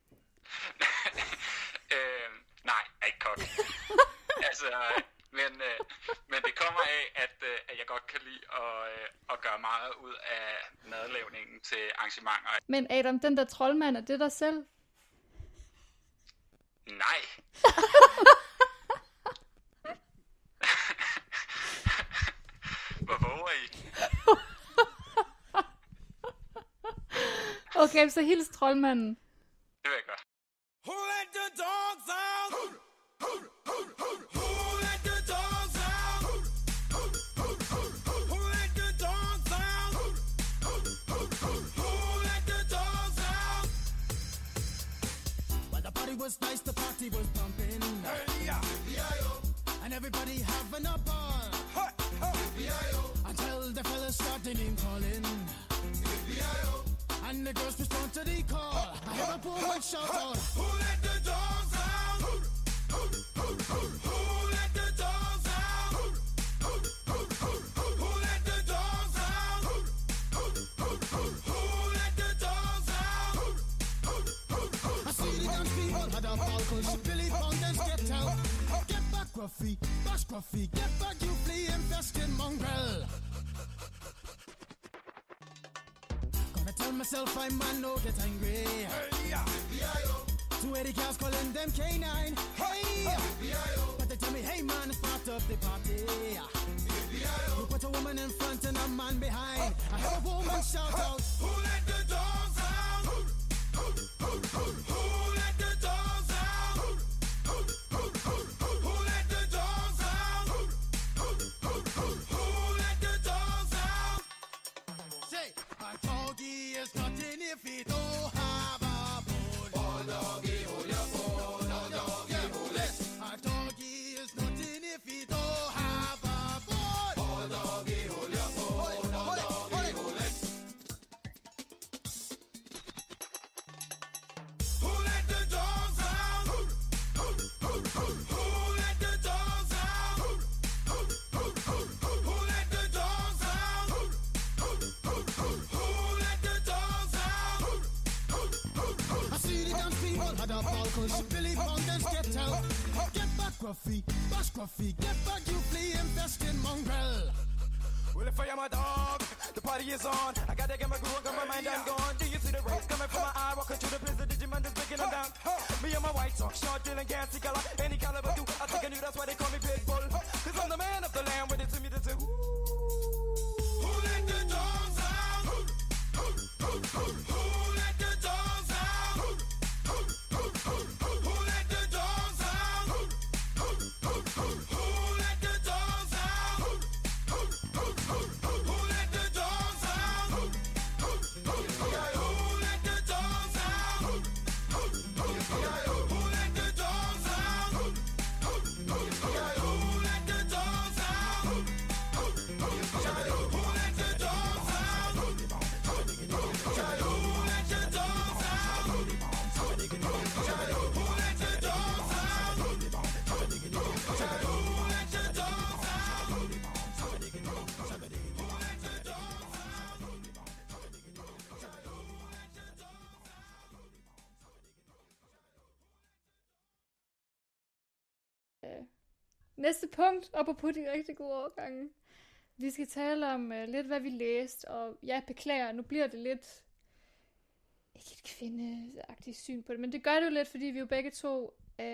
øh, nej, jeg er ikke kok. altså, øh, men, øh, men det kommer af, at, øh, at jeg godt kan lide at, øh, at gøre meget ud af madlavningen til arrangementer. Men Adam, den der troldmand, er det dig selv? Nej. Hvor våger I? Okay, så hils troldmanden. Det vil jeg gøre. Who let the dogs out? Who let the dogs out? Who let the dogs out? Who let the dogs out? Well, the party was nice, the party was pumping. Hey, yeah, yeah, and everybody having a ball. Hey, hey, yeah, until the fellas started name calling. Yeah, and the girls respond to the call. I hear a woman shout out, who let the dogs out? Who let the dogs out? Who let the dogs out? Who let the dogs out? I see the dance people had a ball cause Billy Fountains get out. Get back, Gruffy, bash Gruffy, get back, you flea infested mongrel. Tell myself I'm man, no get angry. Hey, yeah, yeah, two eighty cows calling them K nine. Hey, yeah, but they tell me, hey man, it's part of the party. Yeah, you put a woman in front and a man behind. I heard a woman shout out, who let the dogs out? Who waterfall, cause Billy Fountains get out. Get back, Gruffy, bash Gruffy, get back, you flea infested mongrel. Well, if I am a dog, the party is on. I gotta get my groove on, got my mind, I'm gone. Do you see the rays coming from my eye? Walking through the prison, Digimon is breaking them down. Me and my white sock, short, deal and gassy color. Any caliber do, I think I knew that's why they call me Pitbull. Cause I'm the man of the land, with it to me to say, who let the dogs out? Who let the dogs out? Who let the dogs out? Who let the dogs out? Who let the dogs out? Who let the dogs out? Who let the dogs out? Who let the dogs out? Who let the dogs out? Næste punkt, op på de rigtig gode årgange. Vi skal tale om uh, lidt, hvad vi læste, og jeg beklager, nu bliver det lidt ikke et kvindeagtigt syn på det, men det gør det jo lidt, fordi vi jo begge to, uh,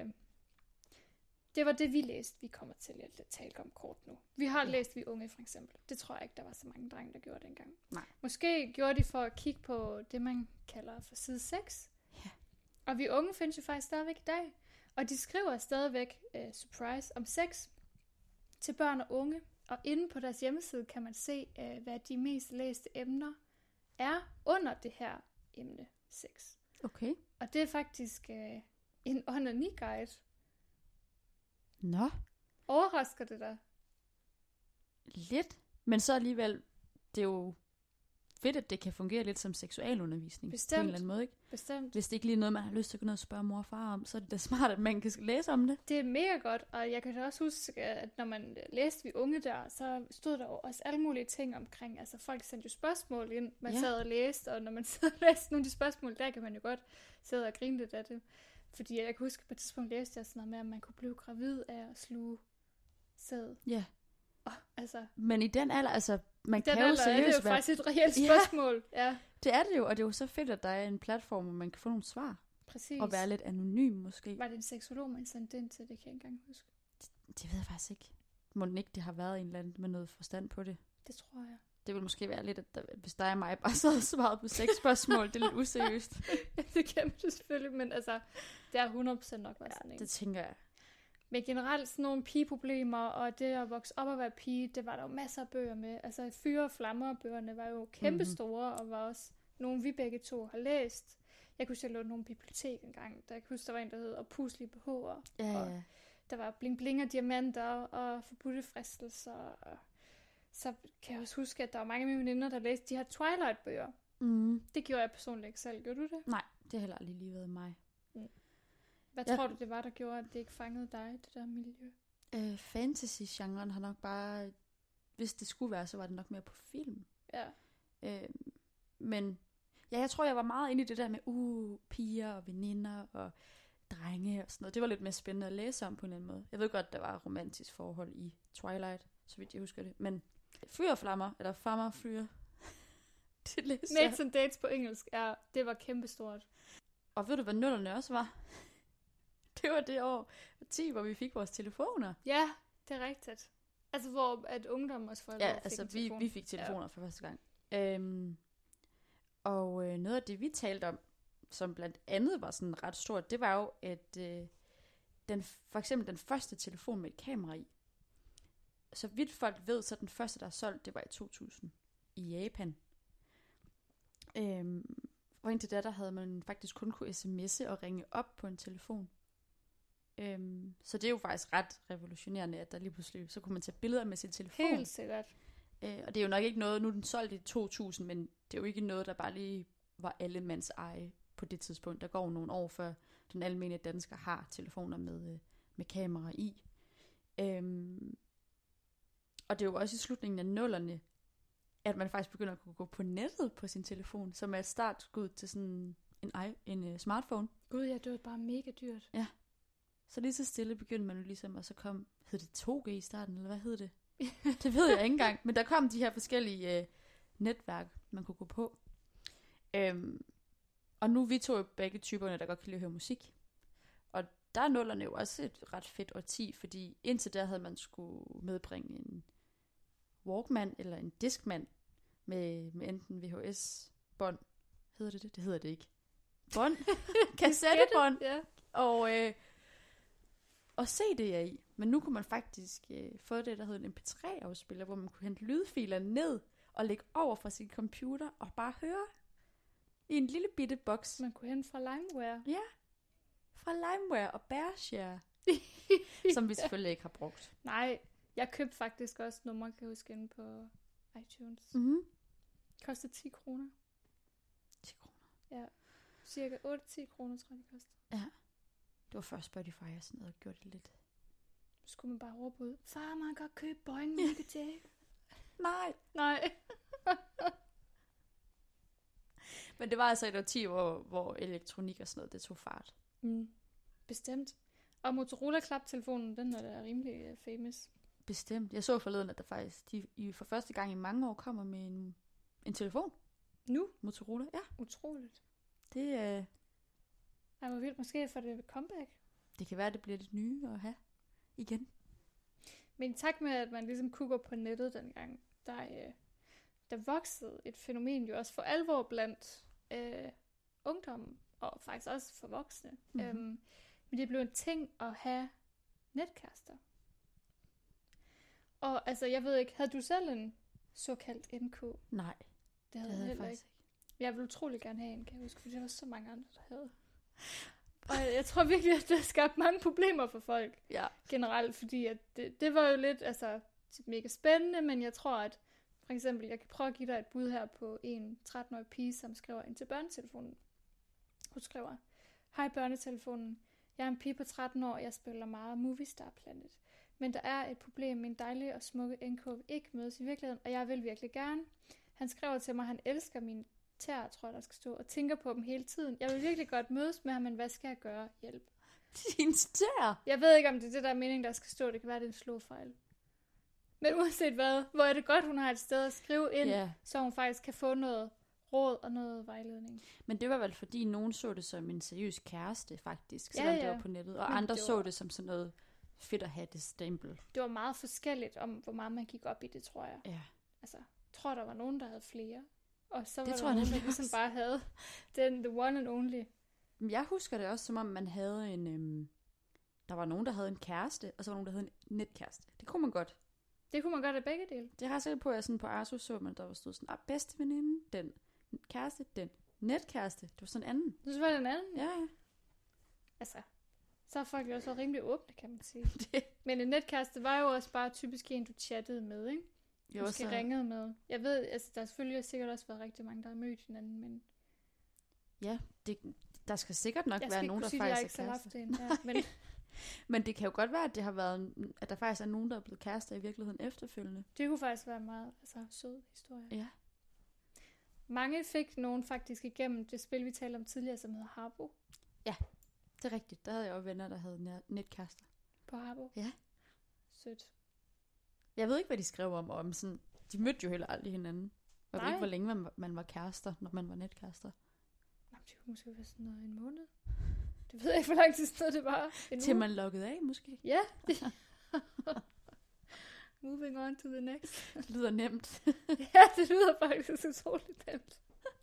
det var det, vi læste, vi kommer til at tale om kort nu. Vi har ja. læst Vi Unge, for eksempel. Det tror jeg ikke, der var så mange drenge, der gjorde det engang. Nej. Måske gjorde de for at kigge på det, man kalder for side seks. Ja. Og Vi Unge findes jo faktisk stadigvæk i dag. Og de skriver stadigvæk, uh, surprise, om sex til børn og unge. Og inde på deres hjemmeside kan man se, uh, hvad de mest læste emner er under det her emne sex. Okay. Og det er faktisk uh, en onani-guide. Nå. Overrasker det dig? Lidt. Men så alligevel, det er jo fedt, at det kan fungere lidt som seksualundervisning. Bestemt. På en eller anden måde, ikke? Bestemt. Hvis det ikke lige er noget, man har lyst til at gå ned og spørge mor og far om, så er det da smart, at man kan læse om det. Det er mega godt, og jeg kan da også huske, at når man læste Vi Unge der, så stod der jo også alle mulige ting omkring, altså folk sendte jo spørgsmål ind, man Ja. sad og læste, og når man sad og læste nogle af de spørgsmål, der kan man jo godt sidde og grine lidt af det. Fordi jeg kan huske, at på et tidspunkt læste jeg sådan noget med, at man kunne blive gravid af at sluge sæd. Ja. Og, altså, Men i den alder, altså, man den kan jo alder er det seriøst jo være... faktisk et reelt Ja. spørgsmål. Ja, Det er det jo, og det er jo så fedt, at der er en platform, hvor man kan få nogle svar. præcis. Og være lidt anonym måske. Var det en seksolog, man sendte ind til? Det kan jeg ikke engang huske. Det ved jeg faktisk ikke. Må den ikke, det har været en eller anden med noget forstand på det. Det tror jeg. Det vil måske være lidt, at der, hvis der er mig bare så svaret på seks spørgsmål, det er lidt useriøst. Det kan man selvfølgelig, men altså, det er hundrede procent nok været sådan en. Det tænker jeg. Men generelt sådan nogle pigeproblemer, og det at vokse op og være pige, det var der jo masser af bøger med. Altså Fyre og Flammer-bøgerne var jo kæmpe store, mm-hmm. og var også nogle, vi begge to har læst. Jeg kunne selv låne nogle bibliotek engang. Der, jeg kan huske, der var en, der hed Og puslige behover. Ja, og ja. der var Bling Bling og Diamanter og Forbudte fristelser. Og så kan jeg også huske, at der var mange af mine veninder, der læste de her Twilight-bøger. Mm. Det gjorde jeg personligt ikke selv. Gjorde du det? Nej, det har heller aldrig lige været mig. Hvad Ja. tror du, det var, der gjorde, at det ikke fangede dig, det der miljø? Øh, fantasy-genren har nok bare... Hvis det skulle være, så var det nok mere på film. Ja. Øh, men ja, jeg tror, jeg var meget inde i det der med uh, piger og veninder og drenge og sådan noget. Det var lidt mere spændende at læse om på en eller anden måde. Jeg ved godt, der var romantisk forhold i Twilight, så vidt jeg husker det. Men Fyre og Flammer, eller Flammer og Fyre, det læste jeg. Mates and Dates på engelsk, ja, det var kæmpestort. Og ved du, hvad nullerne også var? Det var det år ti, hvor vi fik vores telefoner. Ja, det er rigtigt. Altså, hvor at ungdom også forældre Ja, fik altså en vi, telefon. vi fik telefoner ja. for første gang. Øhm, og øh, noget af det, vi talte om, som blandt andet var sådan ret stort, det var jo, at øh, den, for eksempel den første telefon med et kamera i, så vidt folk ved, så den første, der er solgt, det var i to tusind i Japan. Øhm, og indtil da, der havde man faktisk kun kunne sms'e og ringe op på en telefon. Øhm, så det er jo faktisk ret revolutionerende, at der lige pludselig, så kunne man tage billeder med sin telefon. Helt sikkert. Øh, og det er jo nok ikke noget, nu er den solgt i to tusind, men det er jo ikke noget, der bare lige var alle mands eje på det tidspunkt. Der går nogle år, før den almindelige dansker har telefoner med, øh, med kamera i. Øhm, og det er jo også i slutningen af nullerne, at man faktisk begynder at kunne gå på nettet på sin telefon, som er et startskud til sådan en, i, en uh, smartphone. Gud, ja, det var bare mega dyrt. Så lige så stille begyndte man jo ligesom, og så kom, hed det to G i starten, eller hvad hed det? Det ved jeg ikke engang, men der kom de her forskellige øh, netværk, man kunne gå på. Øhm, og nu er vi to begge typerne, der godt kan lide at høre musik. Og der er nullerne jo også et ret fedt årti, fordi indtil der havde man skulle medbringe en Walkman eller en Discman med, med enten V H S-bånd. Hedder det det? Det hedder det ikke. Bånd. Kassettebånd. Ja. Og, øh, og C D'er i. Men nu kunne man faktisk øh, få det, der hed en M P tre afspiller, hvor man kunne hente lydfiler ned og lægge over fra sin computer og bare høre i en lille bitte boks. Man kunne hente fra LimeWire. Ja, fra LimeWire og Bearshare, som vi selvfølgelig ikke har brugt. Nej, jeg købte faktisk også nummer, kan jeg huske, inde på iTunes. Mm-hmm. Det kostede ti kroner. ti kroner. Ja, cirka otte til ti kroner, tror jeg, det kostede. Ja, det var først Spotify og sådan noget, og gjorde det lidt. Så skulle man bare råbe ud, far, man kan godt købe Boing Mikke J. Nej. Nej. Men det var altså et årti, hvor, hvor elektronik og sådan noget, det tog fart. Mm. Bestemt. Og Motorola-klaptelefonen, den er da rimelig uh, famous. Bestemt. Jeg så forleden, at der faktisk de, i, for første gang i mange år kommer med en, en telefon. Nu? Motorola, ja. Utroligt. Det, øh, Ej, hvor vildt. Måske for det comeback. det kan være, det bliver det nye at have igen. Men tak med, at man ligesom kunne gå på nettet dengang, der, øh, der voksede et fænomen jo også for alvor blandt øh, ungdommen, og faktisk også for voksne. Mhm. Øhm, men det blev en ting at have netkærester. Og altså, jeg ved ikke, havde du selv en såkaldt N K? Nej, Det det havde havde jeg jeg heller faktisk ikke. Jeg ville utrolig gerne have en, kan jeg huske, for det var så mange andre, der havde. Og jeg, jeg tror virkelig, at det har skabt mange problemer for folk Ja. generelt, fordi at det, det var jo lidt altså, mega spændende, men jeg tror, at for eksempel, jeg kan prøve at give dig et bud her på en tretten-årig pige, som skriver ind til børnetelefonen. Hun skriver, hej børnetelefonen, jeg er en pige på tretten år, jeg spiller meget Movie Star Planet. Men der er et problem, min dejlige og smukke N K vil ikke mødes i virkeligheden, og jeg vil virkelig gerne. Han skriver til mig, at han elsker mine tæer, tror jeg, der skal stå, og tænker på dem hele tiden. Jeg vil virkelig godt mødes med ham, men hvad skal jeg gøre? Hjælp. Din stær. Jeg ved ikke, om det er det, der er meningen, der skal stå. Det kan være, det er en slåfejl. Men uanset hvad, hvor er det godt, hun har et sted at skrive ind, Ja. så hun faktisk kan få noget råd og noget vejledning. Men det var vel fordi, nogen så det som en seriøs kæreste, faktisk, Ja, selvom ja. det var på nettet. Og Men andre det så var- det som sådan noget fedt at have det stempel. Det var meget forskelligt om, hvor meget man gik op i det, tror jeg. Ja. Altså, jeg tror, der var nogen, der havde flere. Og så var Det der tror jeg nogen, der nemlig ligesom også. bare havde den, the one and only. Men jeg husker det også, som om man havde en... Øhm, der var nogen, der havde en kæreste, og så var nogen, der havde en netkæreste. Det kunne man godt. Det kunne man godt af begge dele. Det har jeg selv på, at jeg sådan på Arso så man, der var stod sådan, ah, bedste veninde, den kæreste, den netkæreste. Det var sådan en anden. Så var det en anden. Ja, ja. Altså, så har folk jo også været rimelig åbne, kan man sige. Det, Men en netkæreste var jo også bare typisk en, du chattede med, ikke? jo, Måske så, ringede med. Jeg ved, altså der har selvfølgelig sikkert også været rigtig mange, der har mødt hinanden, men ja, det, der skal sikkert nok jeg være skal nogen, ikke der kunne sige, at jeg faktisk ikke er selv kærester. haft en. Ja, men Men det kan jo godt være, at det har været, at der faktisk er nogen, der er blevet kærester i virkeligheden efterfølgende. det kunne faktisk være en meget altså, sød historie. Ja. Mange fik nogen faktisk igennem det spil, vi talte om tidligere, som hedder Habbo. Det er rigtigt. Der havde jeg jo venner, der havde net- netkærester. På Habbo. Ja. Sødt. Jeg ved ikke, hvad de skrev om, og om sådan, de mødte jo heller aldrig hinanden. Og jeg ved Nej. ikke, hvor længe man, var- man var kærester, når man var netkærester. Nå, det kunne måske være sådan noget en måned. Det ved jeg ikke, hvor lang tid sådan noget det var. En Til uge. man loggede af, måske. Ja. Moving on to the next. Det lyder nemt. Ja, det lyder faktisk utroligt nemt.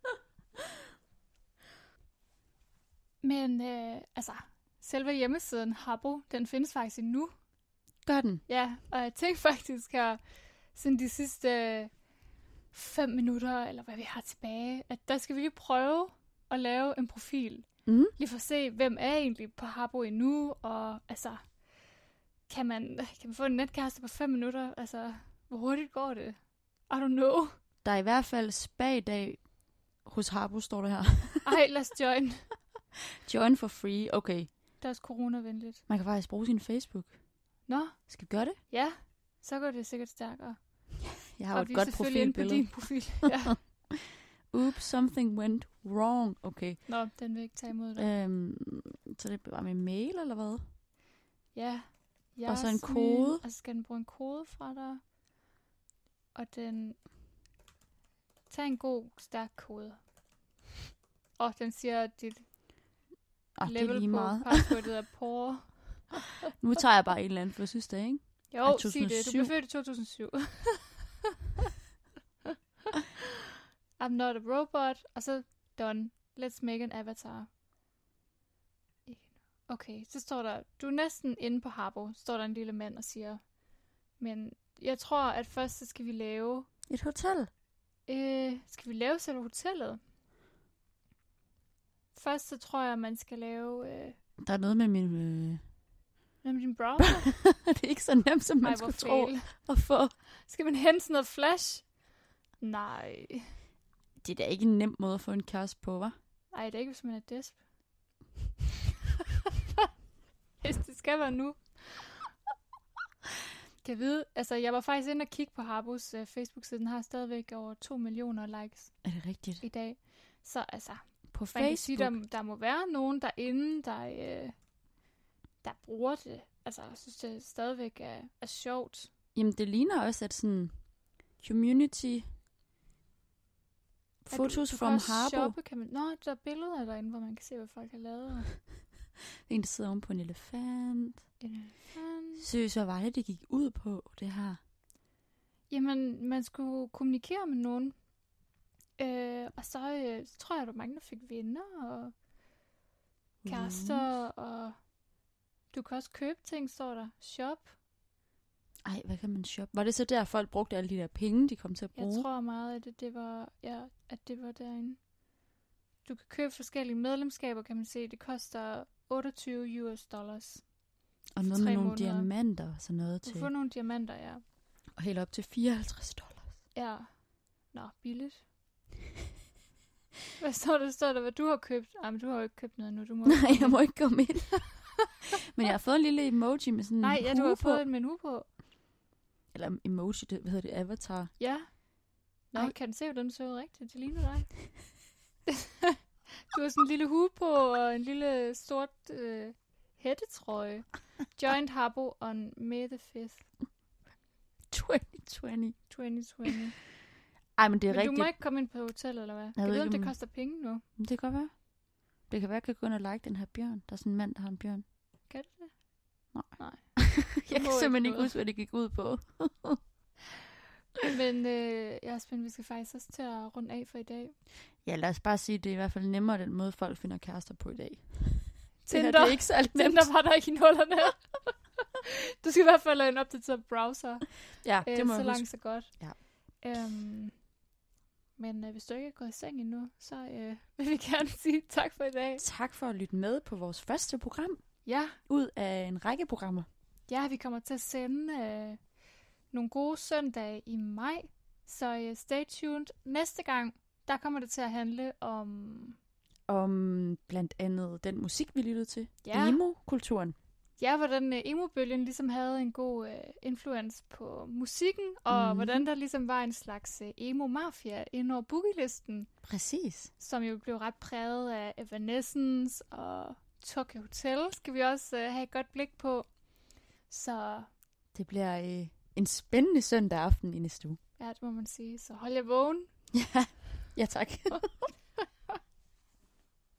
Men øh, altså, selve hjemmesiden Habbo, den findes faktisk endnu. Gør den. Ja, og jeg tænkte faktisk her, sådan de sidste øh, fem minutter, eller hvad vi har tilbage, at der skal vi lige prøve at lave en profil. Mm. Lige for at se, hvem er egentlig på Habbo endnu, og altså, kan man, kan man få en netkæreste på fem minutter? Altså, hvor hurtigt går det? I don't know. Der er i hvert fald spagdag hos Habbo, står der her. Ej, lad os join. Join for free. Okay. Det er også coronavenligt. Man kan faktisk bruge sin Facebook. Nå, Skal vi gøre det? ja, så går det sikkert stærkere. Jeg har jo Og et vi er godt selvfølgelig inde på profilbillede. din profil. Ja. Oops, something went wrong. Okay. Nå, den vil ikke tage imod dig. Øhm, så det var med mail, eller hvad? Ja. Og så en Jasmin, kode. Og så skal den bruge en kode fra dig. Og den... Tag en god, stærk kode. Og den siger, at dit Ah, det er level lige på meget. passwordet er poor. Nu tager jeg bare en eller anden fødselsdag, ikke? Jo, Ej, sig det. Du blev født i to tusind og syv. I'm not a robot. Og så done. Let's make an avatar. Okay, så står der, du er næsten inde på Habbo, står der en lille mand og siger, men jeg tror, at først så skal vi lave... Et hotel. Øh, skal vi lave selve hotellet? Først så tror jeg, man skal lave... Øh, Der er noget med min... Øh... noget med din browser. det er ikke så nemt, som man Ej, skulle hvor tro fail. at få. Skal man hente sådan noget flash? Nej. Det er da ikke en nem måde at få en kæreste på, hva'? Ej, det er ikke, hvis man er desp. Hvis det skal være nu. Kan jeg vide, altså jeg var faktisk inde og kigge på Harbos uh, Facebook-side. Den har stadigvæk over to millioner likes Er det rigtigt? i dag. Så altså, På man Facebook? kan sige, der, der må være nogen derinde, der, øh, der bruger det. Altså, jeg synes, det stadigvæk er, er sjovt. Jamen, det ligner også, at sådan... Community... Photos du, du from kan også Habbo. shoppe, kan man... Nå, der er billeder derinde, hvor man kan se, hvad folk har lavet. En, der sidder oven på en elefant. En elefant. Seriøst, hvad var det, det gik ud på, det her? Jamen, man skulle kommunikere med nogen. Øh, og så, øh, så tror jeg, at mange der fik venner og kærester. Mm. Og du kan også købe ting, står der. Shop. Ej, hvad kan man shoppe? Var det så der, folk brugte alle de der penge, de kom til at bruge? Jeg tror meget, at det, det var, ja, at det var derinde. Du kan købe forskellige medlemskaber, kan man se. Det koster otteogtyve US dollars. Og noget tre med nogle måneder. diamanter og sådan noget Du til. får nogle diamanter, ja. Og helt op til fireoghalvtreds dollars. Ja. Nå, billigt. Hvad står der? Står der, hvad du har købt? Ej, men du har jo ikke købt noget nu. Du må Nej, jeg må ikke komme ind. Men jeg har fået en lille emoji med sådan Nej, en ja, hue du har på. fået en menu på. Eller emoji, det, hvad hedder det, avatar. Ja. Nå, Ej. kan du se, hvordan det ser ud rigtigt? Det ligner dig. Du har sådan en lille hue på, og en lille sort øh, hættetrøje. Joined Habbo on May the fifth, tyve tyve. twenty twenty. Ej, men det er Men rigtigt. du må ikke komme ind på hotellet, eller hvad? Jeg ved ved, om ikke, det om- koster penge nu. Det kan godt være. Det kan være, at jeg kan gå ind og like den her bjørn. Der er sådan en mand, der har en bjørn. Kan du det? Nej. Nej. Jeg kan må simpelthen ikke ikke noget. huske, hvad det gik ud på. Men øh, jeg er spændt, vi skal faktisk også til at runde af for i dag. Ja, lad os bare sige, at det er i hvert fald nemmere den måde, folk finder kærester på i dag. Det her, Tinder. det er ikke særlig nemt. Tinder var der ikke i nullerne. Du skal i hvert fald have en opdateret browser. Ja, det Øh, må så jeg langt, huske. så godt. Ja. Øhm, men øh, hvis du ikke er gået i seng endnu, så øh, vil vi gerne sige tak for i dag. Tak for at lytte med på vores første program. Ja, Ud af en række programmer. ja vi kommer til at sende øh, nogle gode søndage i maj. Så øh, stay tuned. Næste gang, der kommer det til at handle om... Om blandt andet den musik, vi lyttede til. Ja. Emo-kulturen. Ja, hvordan øh, emo-bølgen ligesom havde en god øh, influence på musikken, og Mhm. mm. hvordan der ligesom var en slags øh, emo-mafia ind over boogie-listen, Præcis. som jo blev ret præget af Evanescence og Tokyo Hotel, skal vi også øh, have et godt blik på. Så Det bliver øh, en spændende søndag aften i næste uge. ja, det må man sige. Så hold jer vågen. Ja, ja tak.